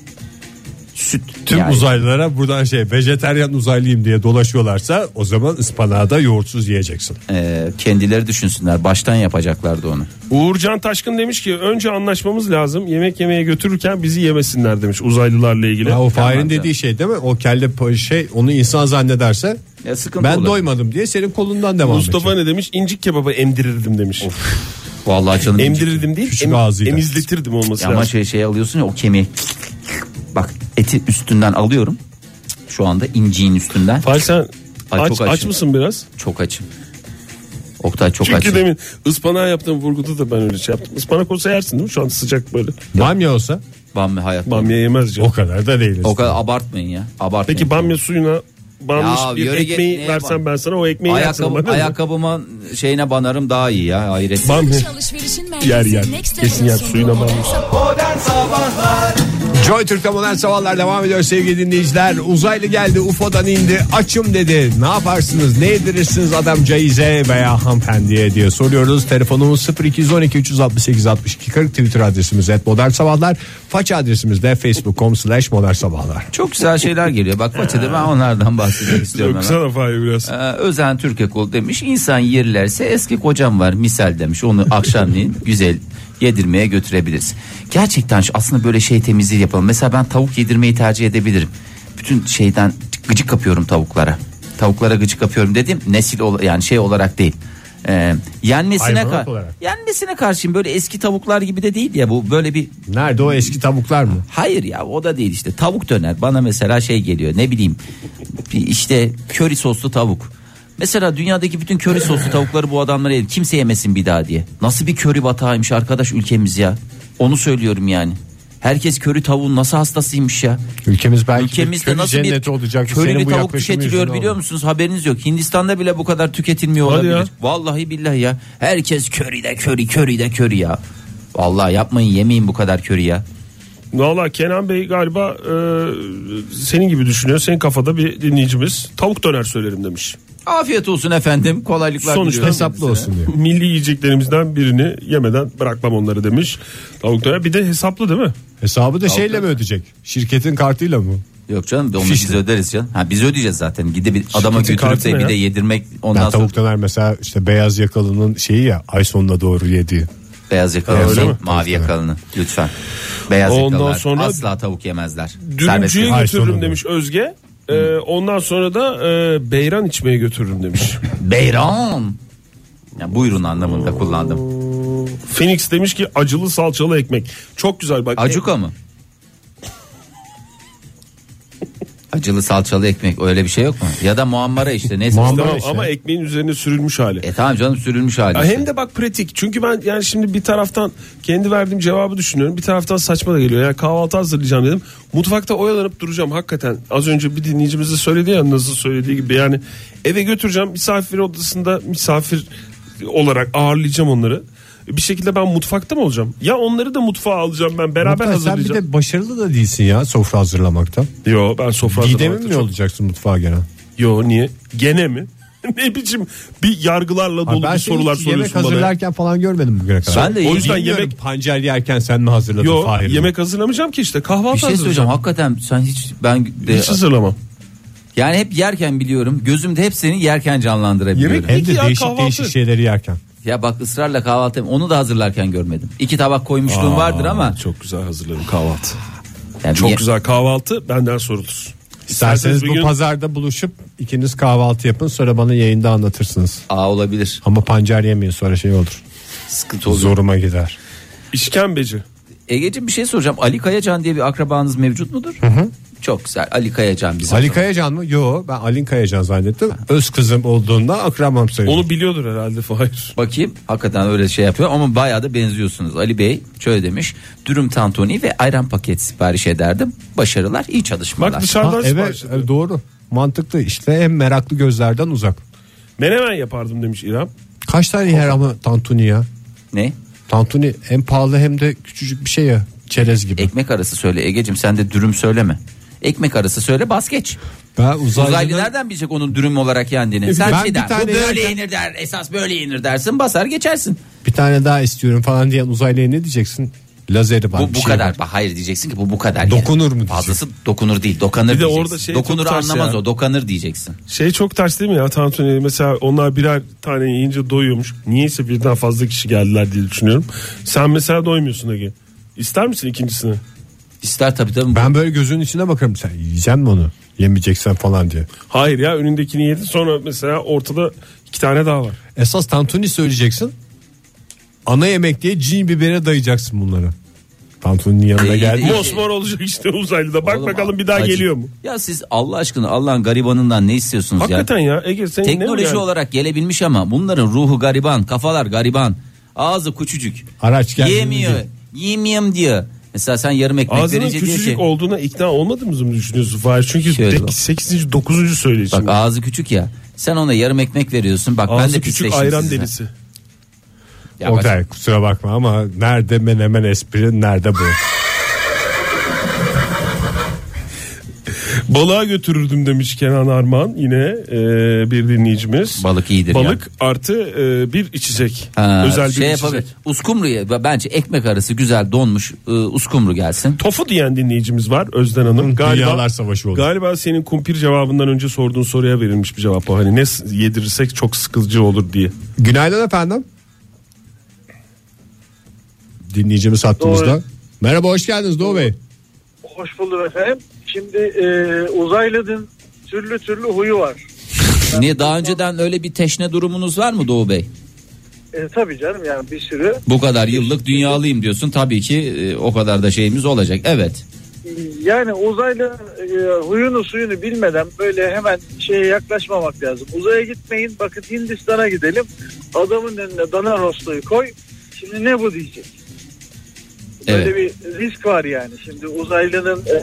Süt. Tüm yani. uzaylılara buradan şey vejetaryen uzaylıyım diye dolaşıyorlarsa o zaman ıspanağı da yoğurtsuz yiyeceksin. Ee, kendileri düşünsünler, baştan yapacaklardı onu. Uğurcan Taşkın demiş ki önce anlaşmamız lazım. Yemek yemeye götürürken bizi yemesinler demiş uzaylılarla ilgili. Ya o Tamam Fahir'in canım. dediği şey değil mi? O kelle pa- şey onu insan zannederse Ya sıkıntı ben olur. doymadım diye senin kolundan devam Mustafa edecek. ne demiş? İncik kebabı emdirirdim demiş. Vallahi canım. Emdirirdim değil, Küçük em, ağzıyla. emizletirdim olması Ama lazım. şey şey alıyorsun ya, o kemiği. Bak eti üstünden alıyorum. Şu anda inciğin üstünden. Fahir sen Ay, aç, çok aç açım. mısın biraz? Çok açım. Oktay çok Çünkü açık. demin ıspanağı yaptığım vurguda da ben öyle şey yaptım. Ispanak olsa yersin değil mi? Şu an sıcak böyle. Bamya olsa Bamya hayatta. Bamya yemez canım. o kadar da değil. O kadar abartmayın ya. Abartmayın. Peki bamya suyuna banmış Ya, bir yöre git, ekmeği neye versen ban- ben sana o ekmeği yersin. Ayakkabı, bana. ayakkabımın şeyine banarım daha iyi ya. Hayret. Bamya Alışverişin merkezi yer yer. Next Kesin yer Level'ın suyuna sunduğu banmış. Modern Sabahlar. Joy Türk'te modern sabahlar devam ediyor sevgili dinleyiciler. Uzaylı geldi, U F O'dan indi, açım dedi. Ne yaparsınız, ne yedirirsiniz adamcağıza veya hanımefendiye diye soruyoruz. Telefonumuz sıfır iki on iki üç altı sekiz altmış iki kırk, Twitter adresimiz et modern sabahlar. Faça adresimiz de facebook nokta com slash modern sabahlar. Çok güzel şeyler geliyor. Bak Faça'da ben onlardan bahsetmek istiyorum. Çok hemen. kısa da Fahir biraz. Ee, Özen Türkekol demiş, insan yerlerse eski kocam var misal demiş, onu akşamleyin güzel yedirmeye götürebiliriz. Gerçekten şu- aslında böyle şey temizliği yapalım. Mesela ben tavuk yedirmeyi tercih edebilirim. Bütün şeyden gıcık kapıyorum tavuklara. Tavuklara gıcık kapıyorum dedim nesil ol- yani şey olarak değil. Ee, yenmesine Hayvanat ka- olarak. yenmesine karşıyım, böyle eski tavuklar gibi de değil ya, bu böyle bir Nerede o eski tavuklar mı? hayır ya, o da değil işte. Tavuk döner bana mesela şey geliyor, ne bileyim bir işte köri soslu tavuk. Mesela dünyadaki bütün köri soslu tavukları bu adamlara yedir, kimse yemesin bir daha diye. Nasıl bir köri batağıymış arkadaş ülkemiz ya. Onu söylüyorum yani. Herkes köri tavuğun nasıl hastasıymış ya. Ülkemiz belki Ülkemizde bir nasıl köri bir cenneti olacak. Senin körili bu tavuk yaklaşımın tüketiliyor yüzünden biliyor oldu. musunuz? Haberiniz yok. Hindistan'da bile bu kadar tüketilmiyor Hadi olabilir. ya. Vallahi billahi ya. Herkes köri de köri köri de köri ya. Vallahi yapmayın, yemeyin bu kadar köri ya. Valla Kenan Bey galiba e, senin gibi düşünüyor. Senin kafada bir dinleyicimiz. Tavuk döner söylerim demiş. Afiyet olsun efendim. Kolaylıklar Sonuçta diliyorum Hesaplı kendisine. olsun diyor. Milli yiyeceklerimizden birini yemeden bırakmam onları demiş. Tavuk döner bir de hesaplı değil mi? Hesabı da şeyle mi ödeyecek? Şirketin kartıyla mı? Yok canım, onu Fişle. biz öderiz canım. Ha, biz ödeyeceğiz zaten. Gidip bir adama Şirketin götürüp kartı de ne bir ya? de yedirmek, ondan Ben sonra tavuk döner mesela işte beyaz yakalının şeyi ya, ay sonuna doğru yediği. beyaz Ha, yakalı öyle değil, mi? mavi yakalını lütfen. Beyaz Ondan yakalılar sonra asla tavuk yemezler. Serbest Dürümcüye yakalı. Ay götürürüm sonunda. demiş Özge. Ee, ondan sonra da e, beyran içmeye götürürüm demiş. Beyran. Ya buyurun anlamında kullandım. Phoenix demiş ki acılı salçalı ekmek. Çok güzel bak. Acuka mı? Acılı salçalı ekmek, öyle bir şey yok mu? Ya da muammara işte, neyse. Muammara Tamam, işte. ama ekmeğin üzerine sürülmüş hali. E tamam canım, sürülmüş hali. Ya işte. hem de bak pratik. Çünkü ben yani şimdi bir taraftan kendi verdiğim cevabı düşünüyorum. Bir taraftan saçma da geliyor. Yani kahvaltı hazırlayacağım dedim. Mutfakta oyalanıp duracağım hakikaten. Az önce bir dinleyicimiz de söyledi ya, nasıl söylediği gibi. Yani eve götüreceğim, misafir odasında misafir olarak ağırlayacağım onları. Bir şekilde ben mutfakta mı olacağım? Ya onları da mutfağa alacağım ben, beraber Mutlaka sen bir hazırlayacağım. de başarılı da değilsin ya sofra hazırlamakta. Yo ben sofra Gidemi hazırlamakta mi çok- olacaksın mutfağa gene? Yo niye? Gene mi? Ne biçim bir yargılarla Abi dolu ben bir seni sorular hiç yemek soruyorsun bana. ya. hazırlarken falan görmedim bugüne kadar. Ben de O yüzden Bilmiyorum, yemek pancar yerken sen mi hazırladın Yo Fahir? yemek hazırlamayacağım ki işte kahvaltı Bir şey söyleyeceğim, hazırlayacağım. hakikaten sen hiç, ben de, Hiç hazırlamam. yani hep yerken biliyorum, gözümde hep seni yerken canlandırabiliyorum. Yemek- Hem Peki de ya, değişik kahvaltı. değişik şeyleri yerken. Ya bak, ısrarla kahvaltı, onu da hazırlarken görmedim. İki tabak koymuşluğum vardır ama Çok güzel hazırlarım kahvaltı. yani Çok niye- güzel kahvaltı benden sorulur. İsterseniz bir bu gün- pazarda buluşup ikiniz kahvaltı yapın, sonra bana yayında anlatırsınız. Aa, olabilir. Ama pancar yemeyin, sonra şey olur. Sıkıntı olur. Zoruma gider. İşkembeci. Egeciğim bir şey soracağım. Ali Kayacan diye bir akrabanız mevcut mudur? Hı hı. Çok güzel. Ali Kayacan bizim. Ali Kayacan mı? Yo, ben Alin Kayacan zannettim. Öz kızım olduğunda akramam sayılır. Onu biliyordur herhalde Fahir. Bakayım, hakikaten öyle şey yapıyor ama bayağı da benziyorsunuz. Ali Bey şöyle demiş: dürüm tantuni ve ayran paket sipariş ederdim. Başarılar, iyi çalışmalar. Bak dışarıdan Ha, sipariş evet ediyor. e, doğru. Mantıklı işte, hem meraklı gözlerden uzak. Menemen yapardım demiş İrem. Kaç tane yer ama tantuni ya? Ne? Tantuni hem pahalı hem de küçücük bir şey ya. Çerez gibi. Ekmek arası söyle Egeciğim, sen de dürüm söyleme. Ekmek arası söyle, bas geç. Ben uzaylıdan... Uzaylı nereden bilecek onun dürüm olarak yendiğini? Sen Ben şey bir der, tane bu böyle yerken- yenir der, esas böyle yenir dersin, basar geçersin. Bir tane daha istiyorum falan diyen uzaylıya ne diyeceksin? Lazeri var. Bu bir bu şey kadar. var. Bak, hayır diyeceksin ki bu bu kadar. Dokunur yani. mu diyeceksin? Fazlası dokunur değil, dokanır Bir de diyeceksin. orada şey dokunur çok ters anlamaz ya. o, dokanır diyeceksin. Şey çok ters değil mi ya tantuni? Mesela onlar birer tane yiyince doyuyormuş. Niyeyse birden fazla kişi geldiler diye düşünüyorum. Sen mesela doymuyorsun Ege. İster misin ikincisini? İster tabii tabii. Ben böyle gözünün içine bakarım, sen yiyeceksin mi onu? Yemeyeceksen falan diye. Hayır ya, önündekini yedi, sonra mesela ortada iki tane daha var. Esas tantuni söyleyeceksin. Ana yemek diye cin bibere dayayacaksın bunları. Pantolonun yanına İyi, geldi. iyi. Mosmor olacak işte uzaylıda. Bak Oğlum, bakalım bir daha acı- geliyor mu? Ya siz Allah aşkına Allah'ın garibanından ne istiyorsunuz Hakikaten ya? ya Ege senin ne Teknoloji yani? olarak gelebilmiş ama bunların ruhu gariban, kafalar gariban, ağzı küçücük. Araç geldi. Yemiyor, yemiyorum diyor. Mesela sen yarım ekmek Ağzının verince diyor küçücük ki olduğuna ikna olmadığımızı mı düşünüyorsun Fahir? Çünkü Şöyle bak. sekizinci dokuzuncu söyleyişim. bak ağzı küçük ya. Sen ona yarım ekmek veriyorsun. Bak ben Ağzı de küçük pisleştim ayran size. delisi. Ya bak- Oktay kusura bakma ama nerede menemen espri, nerede bu? Balığa götürürdüm demiş Kenan Armağan yine e, bir dinleyicimiz. Balık iyidir Balık ya. artı e, bir içecek. Ha, Özel bir şey içecek. yapabilir. Uskumru'ya bence ekmek arası güzel donmuş e, uskumru gelsin. Tofu diyen dinleyicimiz var Özden Hanım. Dünyalar savaşı oldu. Galiba senin kumpir cevabından önce sorduğun soruya verilmiş bir cevap o. Hani ne s- yedirirsek çok sıkıcı olur diye. Günaydın efendim. Dinleyicimiz hattımızda. Doğru. Merhaba, hoş geldiniz Doğu Bey. Hoş buldum efendim. Şimdi e, uzaylının türlü türlü huyu var. Niye daha önceden öyle bir teşne durumunuz var mı Doğu Bey? E, tabii canım yani bir sürü. Bu kadar yıllık dünyalıyım diyorsun. Tabii ki e, o kadar da şeyimiz olacak. Evet. Yani uzaylı e, huyunu suyunu bilmeden böyle hemen şeye yaklaşmamak lazım. Uzaya gitmeyin, bakın Hindistan'a gidelim. Adamın önüne dana rostoyu koy. Şimdi ne bu diyecek. Böyle Evet. bir risk var yani. Şimdi uzaylının e,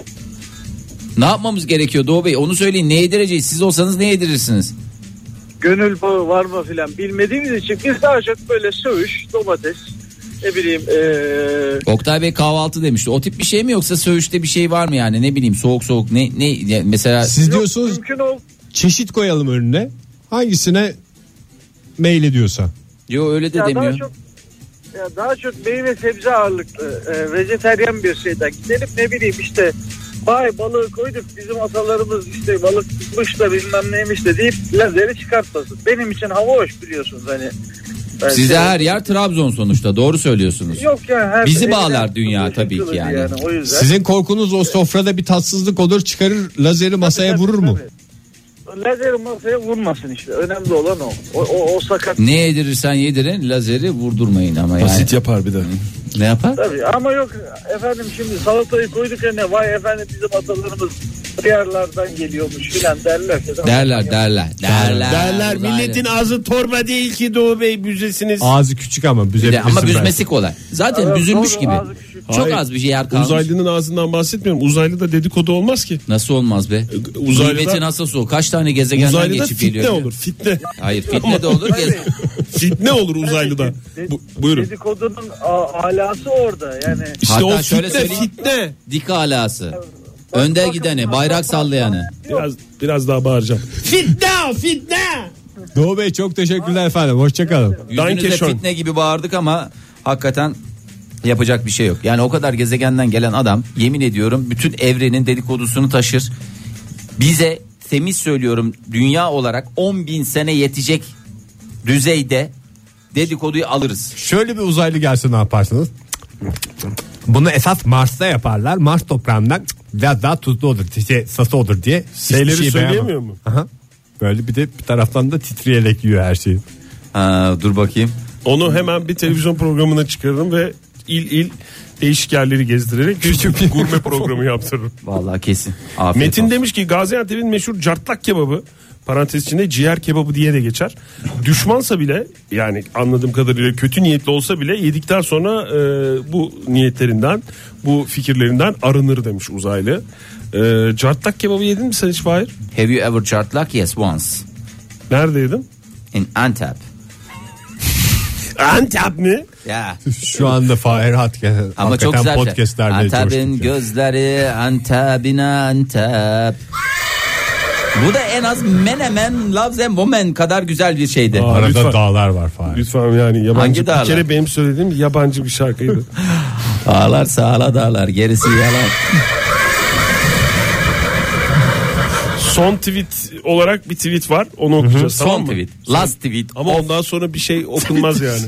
Ne yapmamız gerekiyor Doğu Bey? Onu söyleyin. Ne yedireceğiz? Siz olsanız ne yedirirsiniz? gönül bağı var mı filan bilmediğimiz için biz daha çok böyle söğüş, domates, ne bileyim e, Oktay Bey kahvaltı demişti. O tip bir şey mi yoksa söğüşte bir şey var mı yani? Ne bileyim soğuk soğuk ne ne ya mesela Siz yok, diyorsunuz mümkün ol. çeşit koyalım önüne. Hangisine mail ediyorsa. Yo öyle de Ya demiyor. daha çok ya daha çok meyve sebze ağırlıklı e, vejeteryan bir şeyden gidelim, ne bileyim işte vay balığı koyduk bizim atalarımız işte balık tutmuş da bilmem neymiş de deyip lazeri çıkartmasın. Benim için hava hoş biliyorsunuz hani. Ben Size şey- her yer Trabzon sonuçta. Doğru söylüyorsunuz. Yok yani her Bizi eline bağlar dünya tutulmuş tabii ki yıkılır yani. O yüzden. Sizin korkunuz o sofrada bir tatsızlık olur, çıkarır lazeri masaya Tabii, vurur mu? tabii. Lazeri masaya vurmasın işte. Önemli olan o. O, o, o sakat. Ne yedirirsen yedirin lazeri vurdurmayın ama yani. Basit yapar bir de. Ne yapar? Tabii ama yok efendim şimdi salatayı koyduk önüne vay efendim bizim atalarımız diyarlardan geliyormuş filan derler. Derler derler. Derler. Derler Uzaylı. milletin ağzı torba değil ki Doğu Bey büzesiniz. Ağzı küçük ama Bir de büzemesi. ama büzmesi kolay. Zaten Evet, büzülmüş doğru, gibi. ağzı küçük. Çok Hayır. az bir şey yer kalmış. Uzaylının ağzından bahsetmiyorum. Uzaylıda dedikodu olmaz ki. Nasıl olmaz be? uzaylıda- Nimetin hastası o. Kaç tane gezegenden Uzaylıda geçip fitne geliyor. olur fitne. Hayır fitne de olur. Gez... Fitne olur uzaylıda. Bu, buyurun. Dedikodunun a- alası orada yani. İşte Hatta o şöyle fitne söyleyeyim. fitne. Dik alası. Önde gideni, bayrak sallayanı. Biraz biraz daha bağıracağım. Fitne o fitne. Doğu Bey çok teşekkürler efendim. Hoşçakalın. Yüzünüzde Danke schön. fitne gibi bağırdık ama hakikaten yapacak bir şey yok. Yani o kadar gezegenden gelen adam yemin ediyorum bütün evrenin dedikodusunu taşır. Bize temiz söylüyorum dünya olarak on bin sene yetecek düzeyde dedikoduyu alırız. Şöyle bir uzaylı gelse ne yaparsınız? Bunu esas Mars'ta yaparlar. Mars toprağından biraz daha tuzlu olur, şey, sası olur diye. Hiçbir Şeyleri şey söyleyemiyor beğenmem. mu? Aha. Böyle bir de bir taraftan da titreyerek yiyor her şeyi. Ha, dur bakayım. Onu hemen bir televizyon programına çıkarırım ve il il değişik yerleri gezdirerek küçük bir gurme programı yaptırırım. Vallahi kesin. Afiyet Metin olsun. demiş ki Gaziantep'in meşhur cartlak kebabı parantez içinde ciğer kebabı diye de geçer. Düşmansa bile yani anladığım kadarıyla kötü niyetli olsa bile yedikten sonra e, bu niyetlerinden bu fikirlerinden arınır demiş uzaylı. E, cartlak kebabı yedin mi sen hiç Fahir? Have you ever chartlak? Yes, once. Nerede yedin? In Antep. Antep mi? Ya. Şu anda Fahir Hatken Ama çok güzel bir şey. podcastlerde Antep'in coştuk ya. gözleri Antep'in Antep. Bu da en az Menemen Loves and Women kadar güzel bir şeydi. Aa, Arada lütfen. dağlar var Fahir. Lütfen yani yabancı Hangi bir dağlar? kere benim söylediğim yabancı bir şarkıydı. Ağlar sağla dağlar gerisi yalan. Son tweet olarak bir tweet var. Onu okuyacağız Son tamam mı? tweet. Last tweet. Ama ondan sonra bir şey okunmaz yani.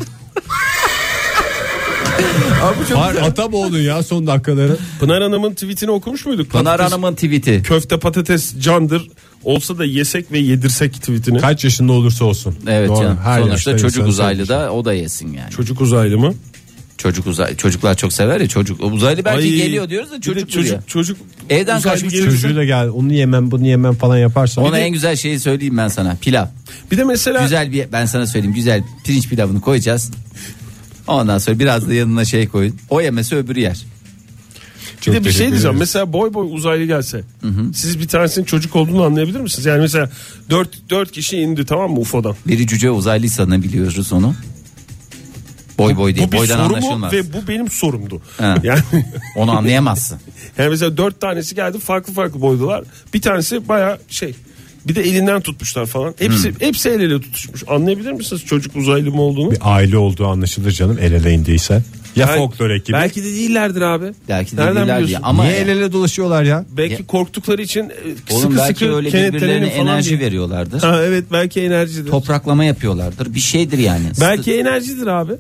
Fahir Ataboğlu ya son dakikaları. Pınar Hanım'ın tweetini okumuş muyduk? Pınar Patates- Hanım'ın tweeti. Köfte patates candır. Olsa da yesek ve yedirsek tweetini. Kaç yaşında olursa olsun. Evet Doğru, canım. her Sonuçta yaşta çocuk insan uzaylı sevmiş. da o da yesin yani. Çocuk uzaylı mı? Çocuk uzay çocuklar çok sever ya çocuk uzaylı belki Ay, geliyor diyoruz da bir de çocuk çocuk duruyor. çocuk Evden uzaylı kaçmış gelirse- Çocuğu da gel onu yemem bunu yemem falan yaparsan. Ona en güzel şeyi söyleyeyim ben sana. Pilav. Bir de mesela Güzel bir ben sana söyleyeyim güzel pirinç pilavını koyacağız. Ondan sonra biraz da yanına şey koyun. O yemesi öbürü yer. bir de bir şey teşekkür diyeceğim. ederiz. Mesela boy boy uzaylı gelse. Siz bir tanesinin çocuk olduğunu anlayabilir misiniz? Yani mesela dört dört kişi indi tamam mı U F O'dan? Biri cüce uzaylıysa ne biliyoruz onu. Boy boy değil. Bu bir Boydan soru mu anlaşılmaz. ve bu benim sorumdu. Ha. Yani Onu anlayamazsın. yani mesela dört tanesi geldi farklı farklı boydular. Bir tanesi baya şey. Bir de elinden tutmuşlar falan. Hepsi hepsi el ele tutuşmuş. Anlayabilir misiniz çocuk uzaylı mı olduğunu? Bir aile olduğu anlaşılır canım el ele indiyse. Ya Belki- folklor ekibi. Belki de değillerdir abi. Belki de Nereden değiller diye. biliyorsun? Ama Niye ya- el ele dolaşıyorlar ya? Belki Ya- korktukları için e, Oğlum sıkı belki sıkı öyle kenetlenelim birbirlerine falan enerji diye. veriyorlardır. Ha evet belki enerjidir. Topraklama yapıyorlardır. Bir şeydir yani. Belki enerjidir abi.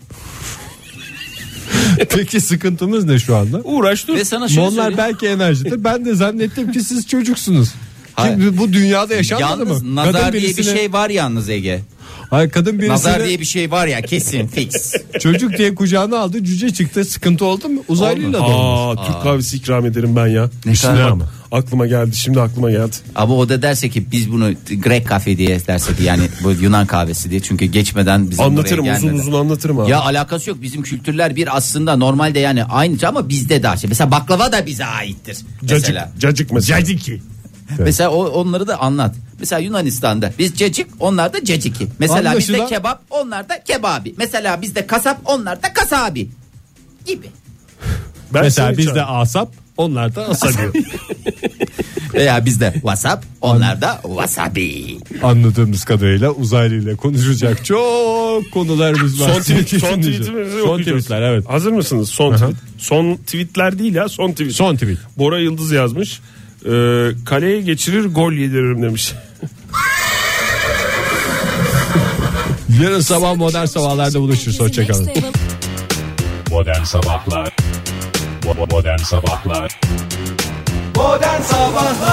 Peki sıkıntımız ne şu anda? Uğraş dur. Ve sana şöyle Onlar söyleyeyim. belki enerjidir. Ben de zannettim ki siz çocuksunuz. Hayır. Ki bu dünyada yaşanmadı Yalnız mı? nazar Kadın diye bir birisine- şey var yalnız Ege. Hayır, kadın birisine Nazar diye bir şey var ya kesin fix. çocuk diye kucağına aldı, cüce çıktı. Sıkıntı oldu mu? Uzaylıyla da olmuş. Aa, Türk kahvesi ikram ederim ben ya. Ne Şimdi kadar- bak, aklıma geldi. Şimdi aklıma geldi. Ama o da derse ki biz bunu Grek kafe diye derse ki yani bu Yunan kahvesi diye çünkü geçmeden bizim Anlatırım buraya uzun gelmeden. uzun anlatırım abi. Ya alakası yok bizim kültürler bir aslında normalde yani aynı ama bizde daha şey. Mesela baklava da bize aittir. Cacık, Mesela. cacık mesela. Caciki. Mesela o, onları da anlat. Mesela Yunanistan'da biz cacık onlar da caciki. Mesela Anlaşılan- bizde kebap onlar da kebabi. Mesela bizde kasap onlar da kasabi. Gibi. Ben Mesela seni bizde çağırırım. asap, onlar da asabi. Veya bizde WhatsApp onlar da wasabi. Anladığımız kadarıyla uzaylı ile konuşacak çok konularımız var. Son, tweet, son Son tweetimizi Son okuyacağız. tweetler, evet. Hazır mısınız? Son tweet. Son tweetler değil ya son tweet. Son tweet. Bora Yıldız yazmış. Ee, kaleye geçirir gol yediririm demiş. Yarın sabah modern sabahlarda buluşuruz. Hoşçakalın. Modern Sabahlar Bo- Modern Sabahlar Modern Sabahlar